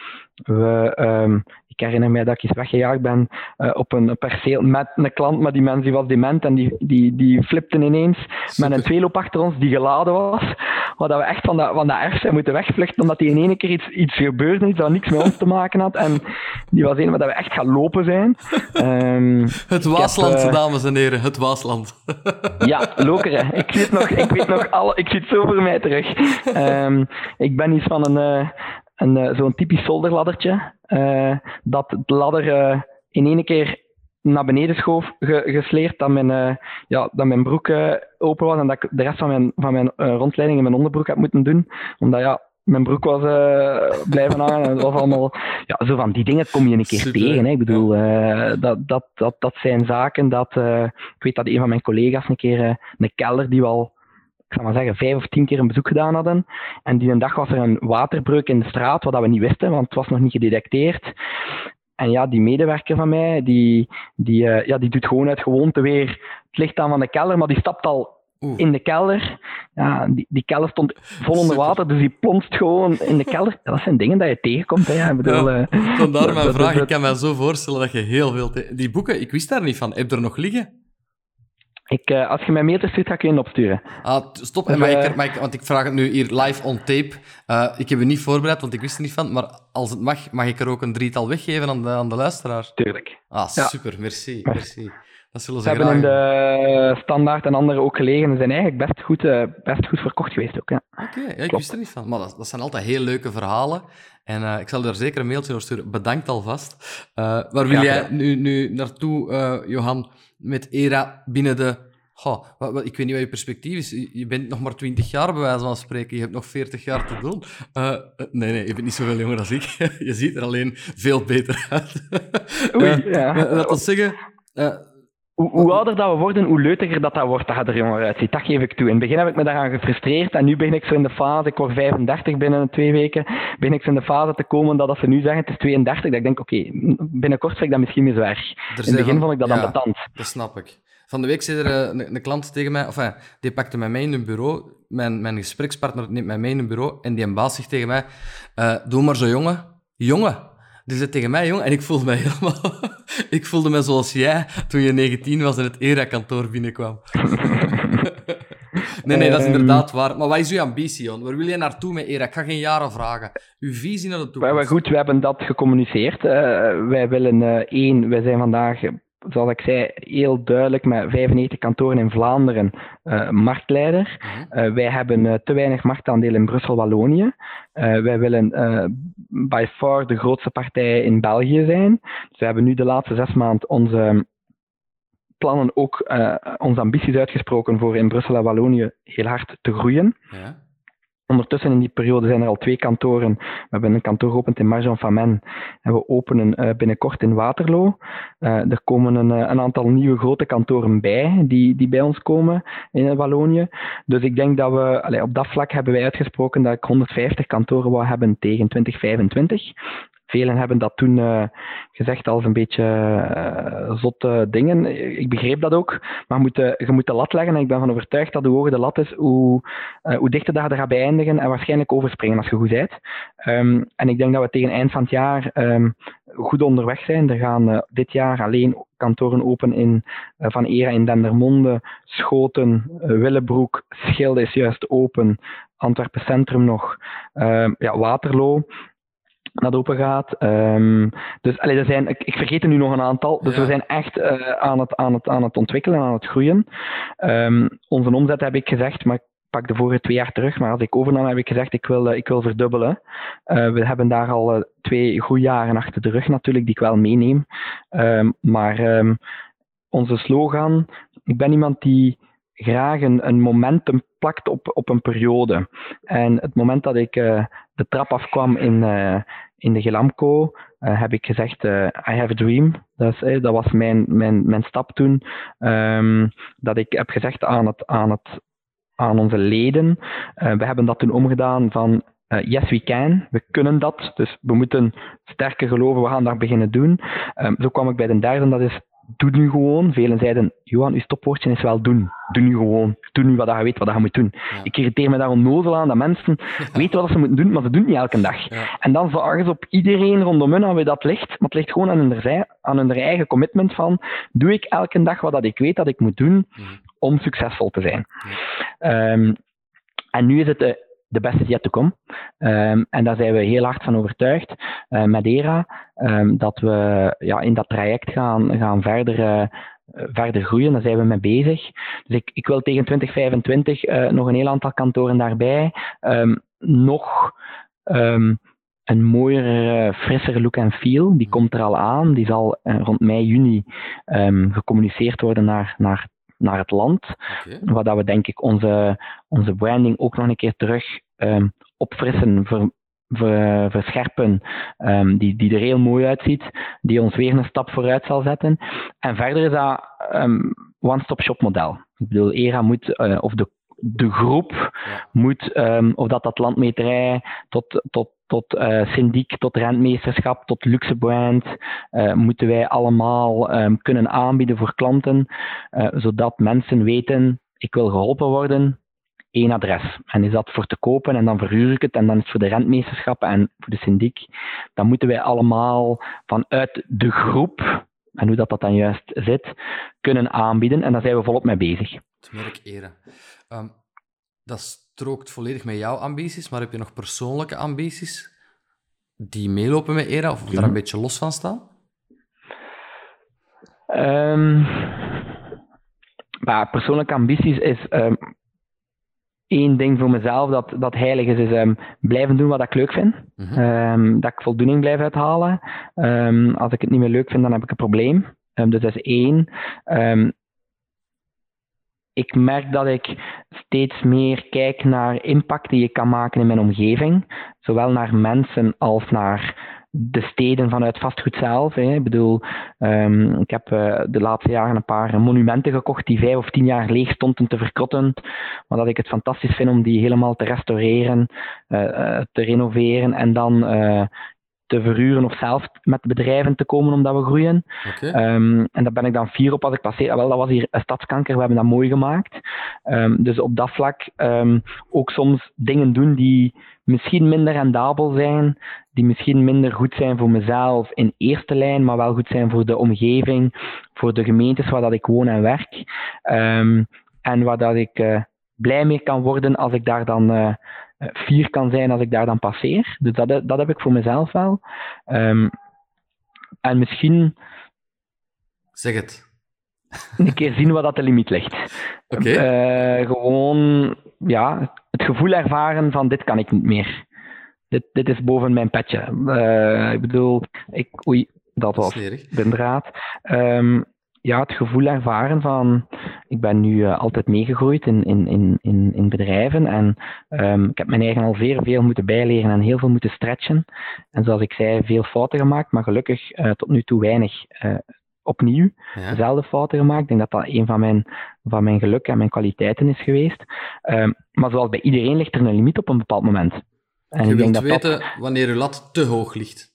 we... Ik herinner mij dat ik eens weggejaagd ben op een perceel met een klant, maar die mens die was dement en die flipte ineens met een tweeloop achter ons die geladen was. Maar dat we echt van dat erf zijn moeten wegvluchten, omdat die in één keer iets gebeurde, iets dat niks met ons te maken had. En die was een waar we echt gaan lopen zijn. Het Waasland, dames en heren, het Waasland. Ja, Lokeren. Ik zie het zo voor mij terug. Ik ben iets van zo'n typisch zolderladdertje, dat de ladder in één keer naar beneden schoof, gesleerd, dat mijn broek open was en dat ik de rest van mijn rondleiding in mijn onderbroek heb moeten doen, omdat mijn broek was blijven hangen en het was allemaal... Ja, zo van die dingen kom je een keer super tegen. Hè. Ik bedoel, dat zijn zaken dat... ik weet dat een van mijn collega's een keer een kelder die wel... Ik zal maar zeggen, 5 of 10 keer een bezoek gedaan hadden. En die een dag was er een waterbreuk in de straat, wat we niet wisten, want het was nog niet gedetecteerd. En die medewerker van mij, die doet gewoon uit gewoonte weer het licht aan van de kelder, maar die stapt al in de kelder. Ja, die kelder stond vol onder water, dus die plonst gewoon in de kelder. Dat zijn dingen dat je tegenkomt. Hè. Ik bedoel, vandaar mijn vraag. Ik kan me zo voorstellen dat je heel veel... Die boeken, ik wist daar niet van. Heb je er nog liggen? Als je mij mailtjes stuurt, ga ik je een opsturen. Stop. Want ik vraag het nu hier live on tape. Ik heb je niet voorbereid, want ik wist er niet van. Maar als het mag ik er ook een 3-tal weggeven aan de luisteraar? Tuurlijk. Super. Merci. Dat zullen ze hebben in de Standaard en andere ook gelegen. Ze zijn eigenlijk best goed verkocht geweest ook. Ja. Oké, ik wist er niet van. Maar dat zijn altijd heel leuke verhalen. En ik zal er zeker een mailtje over sturen. Bedankt alvast. Waar wil jij nu naartoe, Johan, met ERA binnen de... ik weet niet wat je perspectief is. Je bent nog maar 20 jaar, bij wijze van spreken. Je hebt nog 40 jaar te doen. Nee, je bent niet zoveel jonger als ik. Je ziet er alleen veel beter uit. Oei, ja. Laat ons zeggen... Hoe ouder dat we worden, hoe leutiger dat wordt, dat je er jonger uitziet. Dat geef ik toe. In het begin heb ik me daaraan gefrustreerd en nu begin ik zo in de fase, ik word 35 binnen 2 weken, begin ik zo in de fase te komen dat als ze nu zeggen het is 32, dat ik denk, oké, binnenkort vind ik dat misschien niet zo erg. In het begin vond ik dat ambetant. Dat snap ik. Van de week zei er een klant tegen mij, die pakte mij mee in een bureau, mijn gesprekspartner neemt mij mee in een bureau en die baas zegt tegen mij, doe maar zo jongen. Die zei tegen mij, jongen, en ik voelde me helemaal... ik voelde me zoals jij toen je 19 was en het ERA-kantoor binnenkwam. Nee, dat is inderdaad waar. Maar wat is uw ambitie, Jon? Waar wil je naartoe met ERA? Ik ga geen jaren vragen. Uw visie naar de toekomst. Maar goed, we hebben dat gecommuniceerd. Wij willen wij zijn vandaag... Zoals ik zei, heel duidelijk met 95 kantoren in Vlaanderen marktleider. Wij hebben te weinig marktaandeel in Brussel-Wallonië. Wij willen by far de grootste partij in België zijn. Dus we hebben nu de laatste 6 maanden onze plannen ook, onze ambities uitgesproken voor in Brussel en Wallonië heel hard te groeien. Ja. Ondertussen in die periode zijn er al 2 kantoren. We hebben een kantoor geopend in Marjan-Famenne en we openen binnenkort in Waterloo. Er komen een aantal nieuwe grote kantoren bij, die bij ons komen in Wallonië. Dus ik denk dat we, op dat vlak hebben wij uitgesproken dat ik 150 kantoren wou hebben tegen 2025. Velen hebben dat toen gezegd als een beetje zotte dingen. Ik begreep dat ook. Maar je moet de lat leggen. En ik ben van overtuigd dat hoe hoger de lat is, hoe dichter dat je er gaat bij eindigen. En waarschijnlijk overspringen als je goed bent. En ik denk dat we tegen eind van het jaar goed onderweg zijn. Er gaan dit jaar alleen kantoren open van ERA in Dendermonde, Schoten, Willebroek, Schelde is juist open, Antwerpen Centrum nog, Waterloo dat open gaat. Dus ik vergeet er nu nog een aantal. Dus we zijn echt aan het ontwikkelen, aan het groeien. Onze omzet heb ik gezegd, maar ik pak de vorige 2 jaar terug. Maar als ik overnam heb ik gezegd, ik wil verdubbelen. We hebben daar al 2 goede jaren achter de rug natuurlijk, die ik wel meeneem. Maar onze slogan, ik ben iemand die graag een momentum plakt op een periode. En het moment dat ik de trap afkwam in de Gelamco, heb ik gezegd, I have a dream. Dat was mijn stap toen. Dat ik heb gezegd aan onze leden. We hebben dat toen omgedaan van yes, we can. We kunnen dat. Dus we moeten sterker geloven, we gaan dat beginnen doen. Zo kwam ik bij de derde, dat is doe nu gewoon. Velen zeiden, Johan, uw stopwoordje is wel doen. Doe nu gewoon. Doe nu wat je weet wat je moet doen. Ja. Ik irriteer me daar onnozel aan dat mensen weten wat ze moeten doen, maar ze doen het niet elke dag. Ja. En dan vragen ze op iedereen rondom hun aan wie dat ligt. Maar het ligt gewoon aan hun eigen commitment van, doe ik elke dag wat ik weet dat ik moet doen om succesvol te zijn. Ja. En nu is het de best is yet to come. En daar zijn we heel hard van overtuigd met ERA, dat we in dat traject gaan verder groeien. Daar zijn we mee bezig. Dus ik wil tegen 2025 nog een heel aantal kantoren daarbij. Nog een mooiere, frissere look en feel. Die komt er al aan. Die zal rond mei, juni gecommuniceerd worden naar het land. Okay. Waar dat we denk ik onze branding ook nog een keer terug opfrissen, verscherpen, die er heel mooi uitziet, die ons weer een stap vooruit zal zetten. En verder is dat one-stop-shop model. Ik bedoel, ERA moet, of de groep moet, of dat landmeterij tot syndiek, tot rentmeesterschap, tot luxe brand, moeten wij allemaal kunnen aanbieden voor klanten, zodat mensen weten, ik wil geholpen worden, 1 adres. En is dat voor te kopen en dan verhuur ik het en dan is het voor de rentmeesterschappen en voor de syndiek. Dan moeten wij allemaal vanuit de groep, en hoe dat dan juist zit, kunnen aanbieden en daar zijn we volop mee bezig. Het merk ERA. Dat strookt volledig met jouw ambities, maar heb je nog persoonlijke ambities die meelopen met ERA of daar een beetje los van staan? Persoonlijke ambities is 1 ding voor mezelf dat heilig is blijven doen wat ik leuk vind. Dat ik voldoening blijf uithalen. Als ik het niet meer leuk vind, dan heb ik een probleem. Dus dat is 1. Ik merk dat ik steeds meer kijk naar impact die ik kan maken in mijn omgeving. Zowel naar mensen als naar de steden vanuit vastgoed zelf. Ik bedoel, ik heb de laatste jaren een paar monumenten gekocht die 5 of 10 jaar leeg stonden te verkrotten. Maar dat ik het fantastisch vind om die helemaal te restaureren, te renoveren en dan te verhuren of zelf met bedrijven te komen omdat we groeien. Okay. En daar ben ik dan fier op als ik passeer. Wel, dat was hier een stadskanker, we hebben dat mooi gemaakt. Dus op dat vlak ook soms dingen doen die misschien minder rendabel zijn, die misschien minder goed zijn voor mezelf in eerste lijn, maar wel goed zijn voor de omgeving, voor de gemeentes waar dat ik woon en werk. En waar dat ik blij mee kan worden als ik daar dan fier kan zijn als ik daar dan passeer. Dus dat heb ik voor mezelf wel. En misschien... Zeg het. Een keer zien waar dat de limiet ligt. Okay. Gewoon, het gevoel ervaren van dit kan ik niet meer. Dit is boven mijn petje. Ik bedoel, dat was de draad. het gevoel ervaren van, ik ben nu altijd meegegroeid in bedrijven en ik heb mijn eigen al veel moeten bijleren en heel veel moeten stretchen. En zoals ik zei, veel fouten gemaakt, maar gelukkig tot nu toe weinig opnieuw dezelfde fouten gemaakt. Ik denk dat dat een van mijn geluk en mijn kwaliteiten is geweest. Maar zoals bij iedereen ligt er een limiet op een bepaald moment. En je wilt weten wanneer je lat te hoog ligt.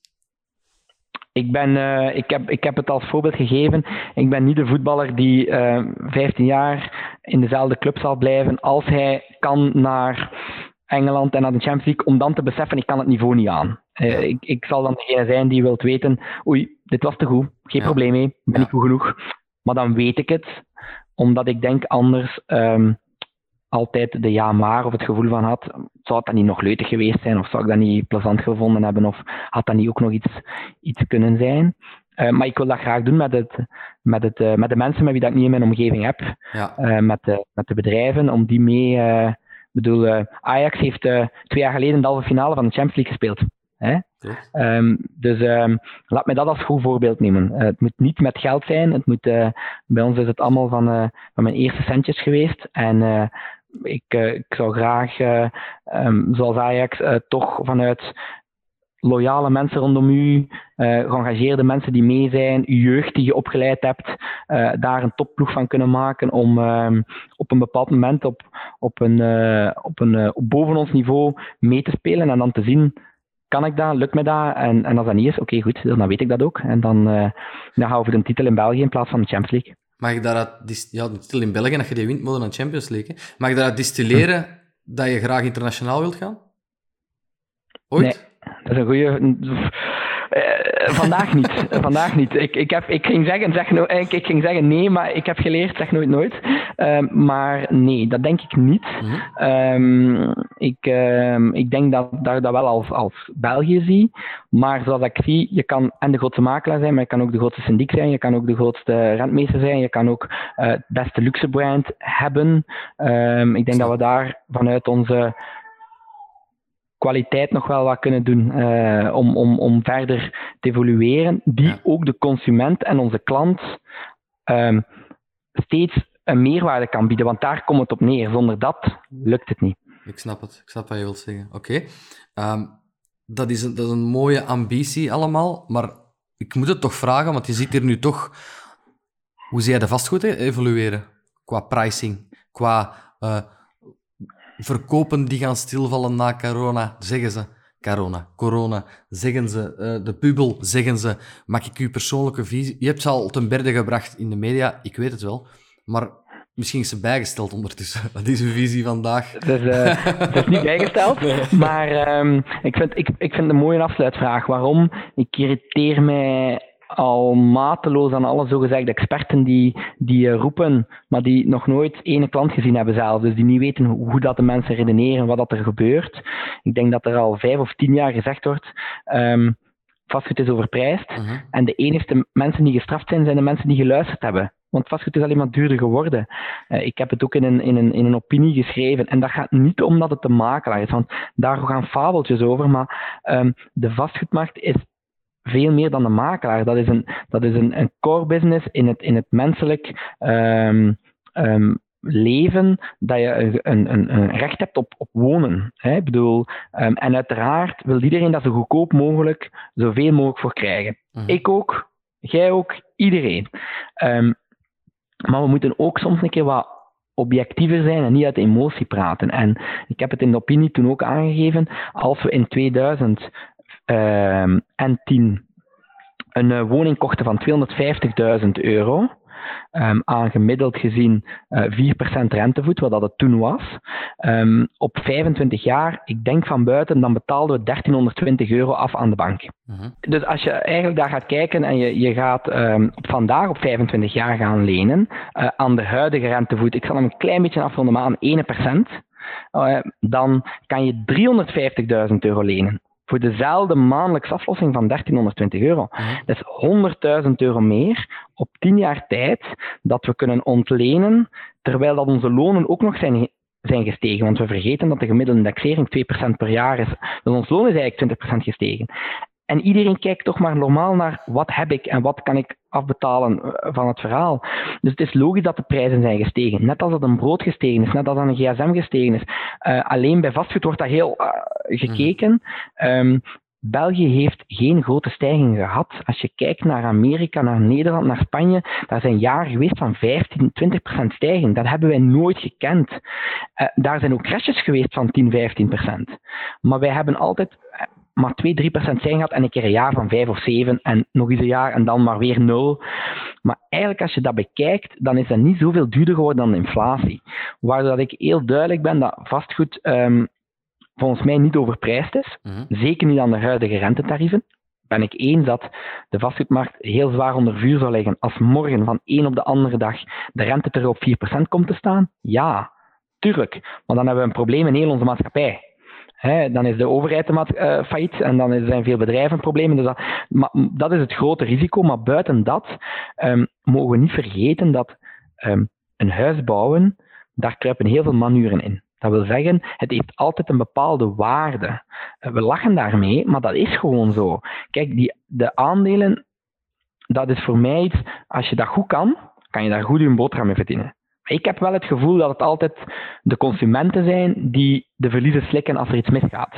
Ik heb het als voorbeeld gegeven. Ik ben niet de voetballer die 15 jaar in dezelfde club zal blijven als hij kan naar Engeland en naar de Champions League, om dan te beseffen, ik kan het niveau niet aan. Ik zal dan degene zijn die wil weten, oei, dit was te goed, geen probleem mee, ben niet goed genoeg. Maar dan weet ik het, omdat ik denk anders altijd de ja maar of het gevoel van had, zou dat niet nog leutig geweest zijn, of zou ik dat niet plezant gevonden hebben, of had dat niet ook nog iets kunnen zijn. Maar ik wil dat graag doen met de mensen met wie dat ik niet in mijn omgeving heb, met de bedrijven, om die mee... Ajax heeft 2 jaar geleden de halve finale van de Champions League gespeeld. Dus laat mij dat als goed voorbeeld nemen. Het moet niet met geld zijn. Bij ons is het allemaal van mijn eerste centjes geweest. En ik zou graag, zoals Ajax, toch vanuit loyale mensen rondom u, geëngageerde mensen die mee zijn, uw jeugd die je opgeleid hebt, daar een topploeg van kunnen maken om op een bepaald moment op boven ons niveau mee te spelen en dan te zien, kan ik dat, lukt me dat? En als dat niet is, oké, goed, dan weet ik dat ook. En dan gaan we voor een titel in België in plaats van de Champions League. Mag ik daaruit, de titel in België, dat je die wint, moet dan Champions League, hè? Mag ik daaruit distilleren dat je graag internationaal wilt gaan? Ooit? Nee. Dat is een goede. Vandaag niet. Ik ging zeggen nee, maar ik heb geleerd, zeg nooit nooit. Maar nee, dat denk ik niet. Ik denk dat ik dat wel als België zie. Maar zoals ik zie, je kan en de grootste makelaar zijn, maar je kan ook de grootste syndiek zijn, je kan ook de grootste rentmeester zijn, je kan ook het beste luxe brand hebben. Ik denk dat we daar vanuit onze kwaliteit nog wel wat kunnen doen om verder te evolueren, die ook de consument en onze klant steeds een meerwaarde kan bieden, want daar komt het op neer. Zonder dat lukt het niet. Ik snap het. Ik snap wat je wilt zeggen. Oké. Dat is een mooie ambitie allemaal, maar ik moet het toch vragen, want je ziet hier nu toch... Hoe zie jij de vastgoed evolueren? Qua pricing, qua... verkopen die gaan stilvallen na corona, zeggen ze. Corona, zeggen ze. De bubbel, zeggen ze. Mag ik uw persoonlijke visie... Je hebt ze al ten berde gebracht in de media, ik weet het wel. Maar misschien is ze bijgesteld ondertussen. Wat is uw visie vandaag? Het is niet bijgesteld, nee. Maar ik vind het een mooie afsluitvraag. Waarom? Ik irriteer mij al mateloos aan alle zogezegde experten die roepen, maar die nog nooit ene klant gezien hebben zelf. Dus die niet weten hoe dat de mensen redeneren, wat dat er gebeurt. Ik denk dat er al 5 of 10 jaar gezegd wordt, vastgoed is overprijsd. En de enige mensen die gestraft zijn de mensen die geluisterd hebben. Want vastgoed is alleen maar duurder geworden. Ik heb het ook in een opinie geschreven. En dat gaat niet omdat het de makelaar is, want daar gaan fabeltjes over. Maar de vastgoedmarkt is veel meer dan de makelaar. Dat is een core business in het menselijk leven, dat je een recht hebt op wonen. Hè? Ik bedoel, en uiteraard wil iedereen dat zo goedkoop mogelijk, zoveel mogelijk voor krijgen. Ik ook, jij ook, iedereen. Maar we moeten ook soms een keer wat objectiever zijn en niet uit de emotie praten. En ik heb het in de opinie toen ook aangegeven, als we in 2010 een woning kochten van €250.000, aan gemiddeld gezien 4% rentevoet, wat dat het toen was. Op 25 jaar, ik denk van buiten, dan betaalden we €1320 af aan de bank. Dus als je eigenlijk daar gaat kijken en je gaat vandaag op 25 jaar gaan lenen, aan de huidige rentevoet, ik zal hem een klein beetje afronden, maar aan 1%, dan kan je €350.000 lenen. Voor dezelfde maandelijkse aflossing van €1320. Dat is €100.000 meer op 10 jaar tijd dat we kunnen ontlenen, terwijl dat onze lonen ook nog zijn gestegen. Want we vergeten dat de gemiddelde indexering 2% per jaar is. Dus ons loon is eigenlijk 20% gestegen. En iedereen kijkt toch maar normaal naar wat heb ik en wat kan ik afbetalen van het verhaal. Dus het is logisch dat de prijzen zijn gestegen. Net als dat een brood gestegen is, net als dat een gsm gestegen is. Alleen bij vastgoed wordt dat heel gekeken. België heeft geen grote stijging gehad. Als je kijkt naar Amerika, naar Nederland, naar Spanje, daar zijn jaren geweest van 15-20% stijging. Dat hebben wij nooit gekend. Daar zijn ook crashes geweest van 10-15%. Maar wij hebben altijd maar 2-3% stijging gehad en een keer een jaar van 5 of 7 en nog eens een jaar en dan maar weer 0. Maar eigenlijk als je dat bekijkt, dan is dat niet zoveel duurder geworden dan inflatie. Waardoor dat ik heel duidelijk ben dat vastgoed volgens mij niet overprijsd is. Zeker niet aan de huidige rentetarieven. Ben ik eens dat de vastgoedmarkt heel zwaar onder vuur zou liggen als morgen van een op de andere dag de rente terug op 4% komt te staan? Ja, tuurlijk. Maar dan hebben we een probleem in heel onze maatschappij. Dan is de overheid failliet en dan zijn veel bedrijven problemen. Dus dat is het grote risico. Maar buiten dat mogen we niet vergeten dat een huis bouwen, daar kruipen heel veel manuren in. Dat wil zeggen, het heeft altijd een bepaalde waarde. We lachen daarmee, maar dat is gewoon zo. Kijk, de aandelen, dat is voor mij iets, als je dat goed kan je daar goed je boterham mee verdienen. Ik heb wel het gevoel dat het altijd de consumenten zijn die de verliezen slikken als er iets misgaat.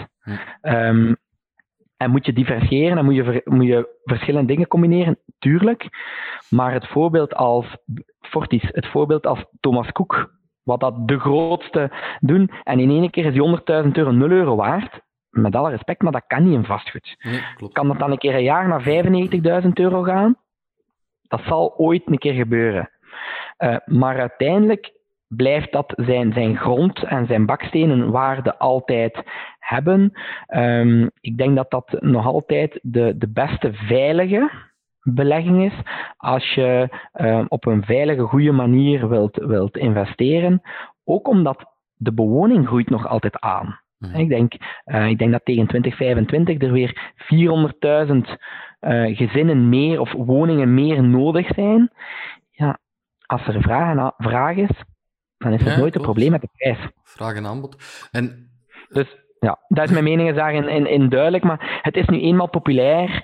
En moet je differentiëren en moet je verschillende dingen combineren? Tuurlijk. Maar het voorbeeld als Fortis, het voorbeeld als Thomas Cook, wat dat de grootste doen, en in één keer is die €100.000 €0 waard, met alle respect, maar dat kan niet in vastgoed. Nee, klopt. Kan dat dan een keer een jaar naar €95.000 gaan? Dat zal ooit een keer gebeuren. Maar uiteindelijk blijft dat zijn grond en zijn bakstenen waarde altijd hebben. Ik denk dat dat nog altijd de beste veilige belegging is als je op een veilige, goede manier wilt investeren. Ook omdat de bewoning groeit nog altijd aan. Ik denk dat tegen 2025 er weer 400.000 gezinnen meer of woningen meer nodig zijn. Ja, als er vraag is, dan is het nooit een probleem met de prijs. Vraag en aanbod. Dus ja, dat is mijn mening in duidelijk, maar het is nu eenmaal populair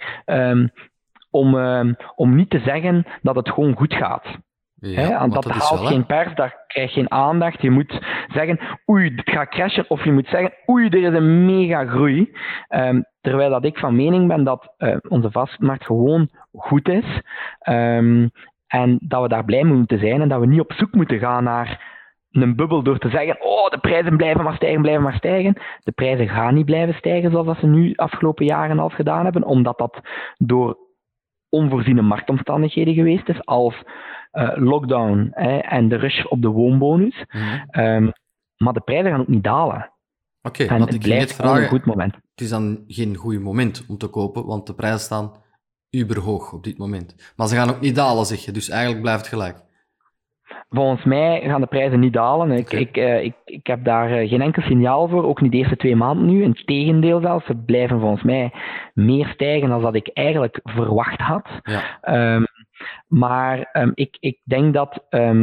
om niet te zeggen dat het gewoon goed gaat. Ja, want dat haalt geen pers, daar krijg je geen aandacht. Je moet zeggen, oei, het gaat crashen, of je moet zeggen, oei, er is een mega groei. Terwijl dat ik van mening ben dat onze vastgoedmarkt gewoon goed is. En dat we daar blij mee moeten zijn en dat we niet op zoek moeten gaan naar een bubbel door te zeggen, oh, de prijzen blijven maar stijgen. De prijzen gaan niet blijven stijgen zoals dat ze nu de afgelopen jaren al gedaan hebben, omdat dat door onvoorziene marktomstandigheden geweest is, als lockdown en de rush op de woonbonus. Maar de prijzen gaan ook niet dalen. Oké, en het blijft gewoon een goed moment. Het is dan geen goed moment om te kopen, want de prijzen staan uberhoog op dit moment. Maar ze gaan ook niet dalen, zeg je, dus eigenlijk blijft het gelijk. Volgens mij gaan de prijzen niet dalen. Ik heb daar geen enkel signaal voor, ook niet de eerste 2 maanden nu. Integendeel zelfs, ze blijven volgens mij meer stijgen dan dat ik eigenlijk verwacht had. Ja. Maar ik denk dat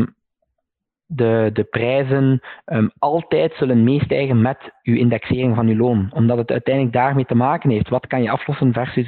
de prijzen altijd zullen meestijgen met uw indexering van uw loon. Omdat het uiteindelijk daarmee te maken heeft. Wat kan je aflossen versus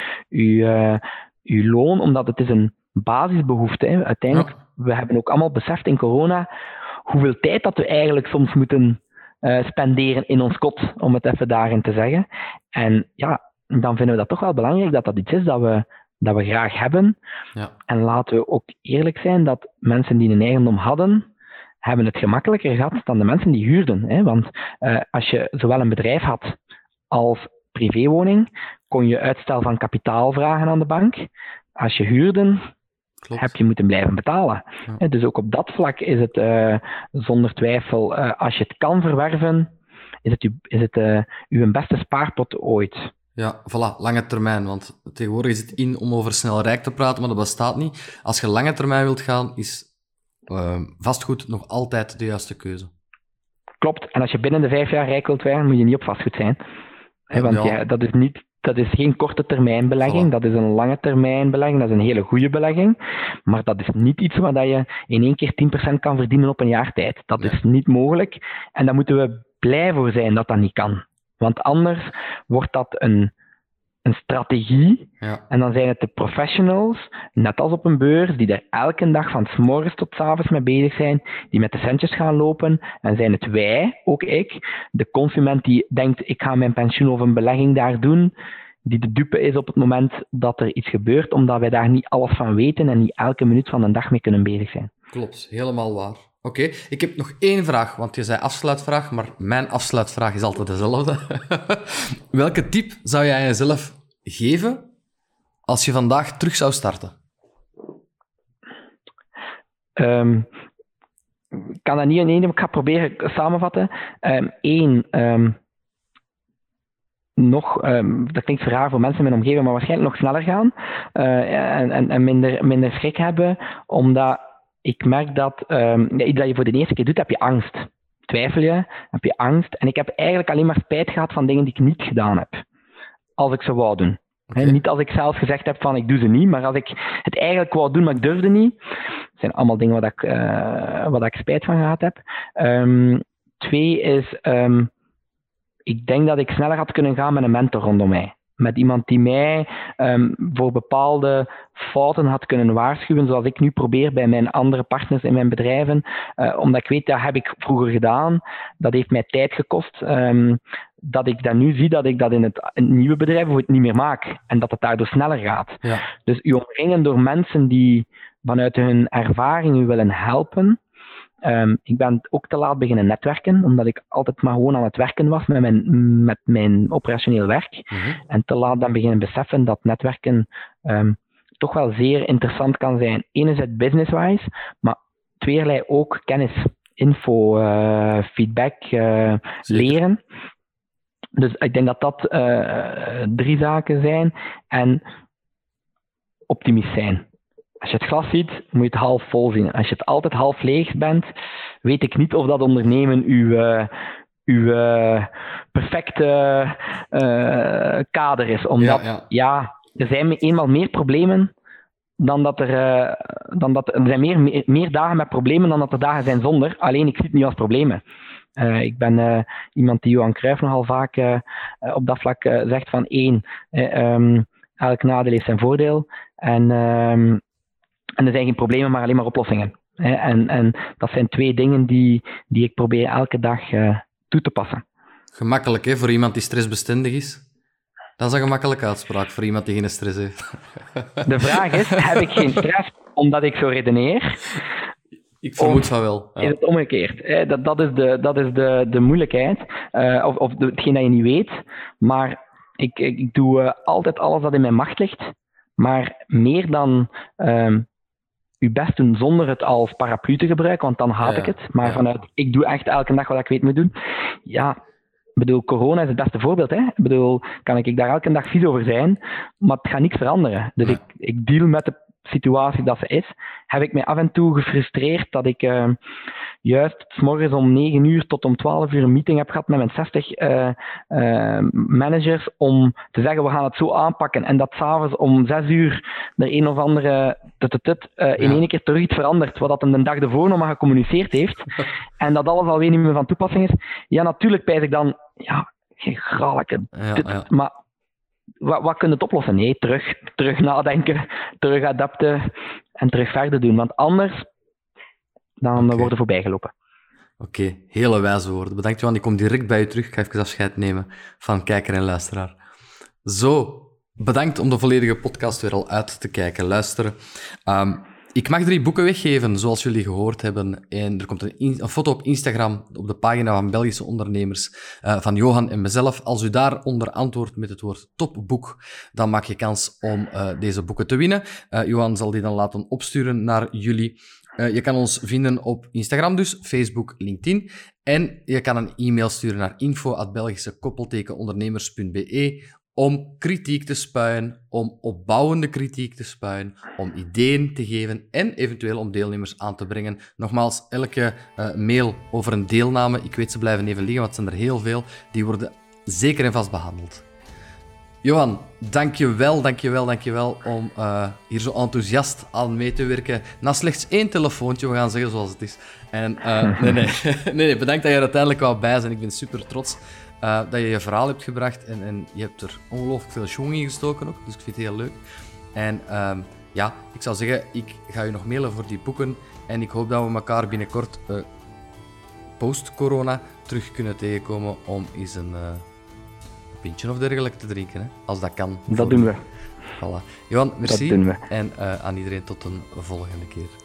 uw loon? Omdat het is een basisbehoefte. Hè. Uiteindelijk, we hebben ook allemaal beseft in corona hoeveel tijd dat we eigenlijk soms moeten spenderen in ons kot, om het even daarin te zeggen. En ja, dan vinden we dat toch wel belangrijk dat dat iets is dat we graag hebben. Ja. En laten we ook eerlijk zijn dat mensen die een eigendom hadden, hebben het gemakkelijker gehad dan de mensen die huurden. Hè? Want als je zowel een bedrijf had als privéwoning, kon je uitstel van kapitaal vragen aan de bank. Als je huurde, heb je moeten blijven betalen. Ja. Dus ook op dat vlak is het zonder twijfel, als je het kan verwerven, is het uw beste spaarpot ooit. Ja, voilà, lange termijn. Want tegenwoordig is het in om over snel rijk te praten, maar dat bestaat niet. Als je lange termijn wilt gaan, is vastgoed nog altijd de juiste keuze. Klopt. En als je binnen de 5 jaar rijk wilt worden, moet je niet op vastgoed zijn. Want dat is geen korte termijn belegging, dat is een lange termijn belegging, dat is een hele goede belegging. Maar dat is niet iets waar je in één keer 10% kan verdienen op een jaar tijd. Dat is niet mogelijk. En daar moeten we blij voor zijn dat dat niet kan. Want anders wordt dat een een strategie. Ja. En dan zijn het de professionals, net als op een beurs, die er elke dag van 's morgens tot 's avonds mee bezig zijn, die met de centjes gaan lopen. En zijn het wij, ook ik, de consument die denkt, ik ga mijn pensioen of een belegging daar doen, die de dupe is op het moment dat er iets gebeurt, omdat wij daar niet alles van weten en niet elke minuut van de dag mee kunnen bezig zijn. Klopt, helemaal waar. Oké, ik heb nog één vraag, want je zei afsluitvraag, maar mijn afsluitvraag is altijd dezelfde. Welke tip zou jij jezelf geven als je vandaag terug zou starten? Ik kan dat niet in één, maar ik ga proberen samenvatten. Dat klinkt raar voor mensen in mijn omgeving, maar waarschijnlijk nog sneller gaan en minder schrik hebben, omdat ik merk dat iets dat je voor de eerste keer doet, heb je angst. Twijfel je, heb je angst. En ik heb eigenlijk alleen maar spijt gehad van dingen die ik niet gedaan heb, als ik ze wou doen. Okay. Niet als ik zelf gezegd heb van ik doe ze niet, maar als ik het eigenlijk wou doen, maar ik durfde niet. Dat zijn allemaal dingen waar ik spijt van gehad heb. 2 is, ik denk dat ik sneller had kunnen gaan met een mentor rondom mij. Met iemand die mij voor bepaalde fouten had kunnen waarschuwen, zoals ik nu probeer bij mijn andere partners in mijn bedrijven. Omdat ik weet, dat heb ik vroeger gedaan. Dat heeft mij tijd gekost. Dat ik dat nu zie, dat ik dat in het nieuwe bedrijf niet meer maak. En dat het daardoor sneller gaat. Ja. Dus u omringen door mensen die vanuit hun ervaring u willen helpen. Ik ben ook te laat beginnen netwerken, omdat ik altijd maar gewoon aan het werken was met mijn operationeel werk. Mm-hmm. En te laat dan beginnen beseffen dat netwerken toch wel zeer interessant kan zijn. Enerzijds business-wise, maar tweeërlei ook kennis, info, feedback, leren. Dus ik denk dat dat 3 zaken zijn. En optimist zijn. Als je het glas ziet, moet je het half vol zien. Als je het altijd half leeg bent, weet ik niet of dat ondernemen uw perfecte kader is. Omdat, er zijn eenmaal meer problemen dan dat er zijn meer dagen met problemen dan dat er dagen zijn zonder. Alleen ik zie het niet als problemen. Ik ben iemand die Johan Cruijff nogal vaak op dat vlak zegt van 1, elk nadeel heeft zijn voordeel. En er zijn geen problemen, maar alleen maar oplossingen. En dat zijn 2 dingen die ik probeer elke dag toe te passen. Gemakkelijk, hè, voor iemand die stressbestendig is? Dat is een gemakkelijke uitspraak voor iemand die geen stress heeft. De vraag is, heb ik geen stress omdat ik zo redeneer? Ik vermoed van wel. Ja. Is het omgekeerd? Dat is de moeilijkheid. Of hetgeen dat je niet weet. Maar ik doe altijd alles dat in mijn macht ligt. Maar meer dan uw best doen zonder het als paraplu te gebruiken, want dan haat ik het. Maar vanuit, ik doe echt elke dag wat ik weet moet doen. Ja, ik bedoel, corona is het beste voorbeeld. Hè? Ik bedoel, kan ik daar elke dag vies over zijn, maar het gaat niks veranderen. Dus ik deal met de situatie dat ze is. Heb ik mij af en toe gefrustreerd dat ik juist 's morgens om 9 uur tot om 12 uur een meeting heb gehad met mijn 60 managers om te zeggen we gaan het zo aanpakken en dat 's avonds om 6 uur er een of andere in één keer terug iets verandert wat dat hem de dag ervoor nog maar gecommuniceerd heeft en dat alles alweer niet meer van toepassing is. Ja, natuurlijk pijs ik dan, geen gralke, maar wat kun je het oplossen? Nee, terug nadenken, terug adapten en terug verder doen. Want anders dan worden we voorbijgelopen. Oké, hele wijze woorden. Bedankt, Johan. Ik kom direct bij je terug. Ik ga even afscheid nemen van kijker en luisteraar. Zo, bedankt om de volledige podcast weer al uit te kijken, luisteren. Ik mag 3 boeken weggeven, zoals jullie gehoord hebben. En er komt een foto op Instagram, op de pagina van Belgische Ondernemers, van Johan en mezelf. Als u daaronder antwoordt met het woord topboek, dan maak je kans om deze boeken te winnen. Johan zal die dan laten opsturen naar jullie. Je kan ons vinden op Instagram dus, Facebook, LinkedIn. En je kan een e-mail sturen naar info@belgische-ondernemers.be om kritiek te spuien, om opbouwende kritiek te spuien, om ideeën te geven en eventueel om deelnemers aan te brengen. Nogmaals, elke mail over een deelname, ik weet ze blijven even liggen, want het zijn er heel veel, die worden zeker en vast behandeld. Johan, dankjewel om hier zo enthousiast aan mee te werken. Na slechts 1 telefoontje, we gaan zeggen zoals het is. En nee, bedankt dat je er uiteindelijk wou bij zijn. Ik ben super trots dat je je verhaal hebt gebracht. En je hebt er ongelooflijk veel schwung in gestoken ook. Dus ik vind het heel leuk. En ik zou zeggen, ik ga je nog mailen voor die boeken. En ik hoop dat we elkaar binnenkort post-corona terug kunnen tegenkomen om eens een pintje of dergelijke te drinken. Hè? Als dat kan. Dat doen we. Voilà. Johan, merci. Dat doen we. En aan iedereen tot een volgende keer.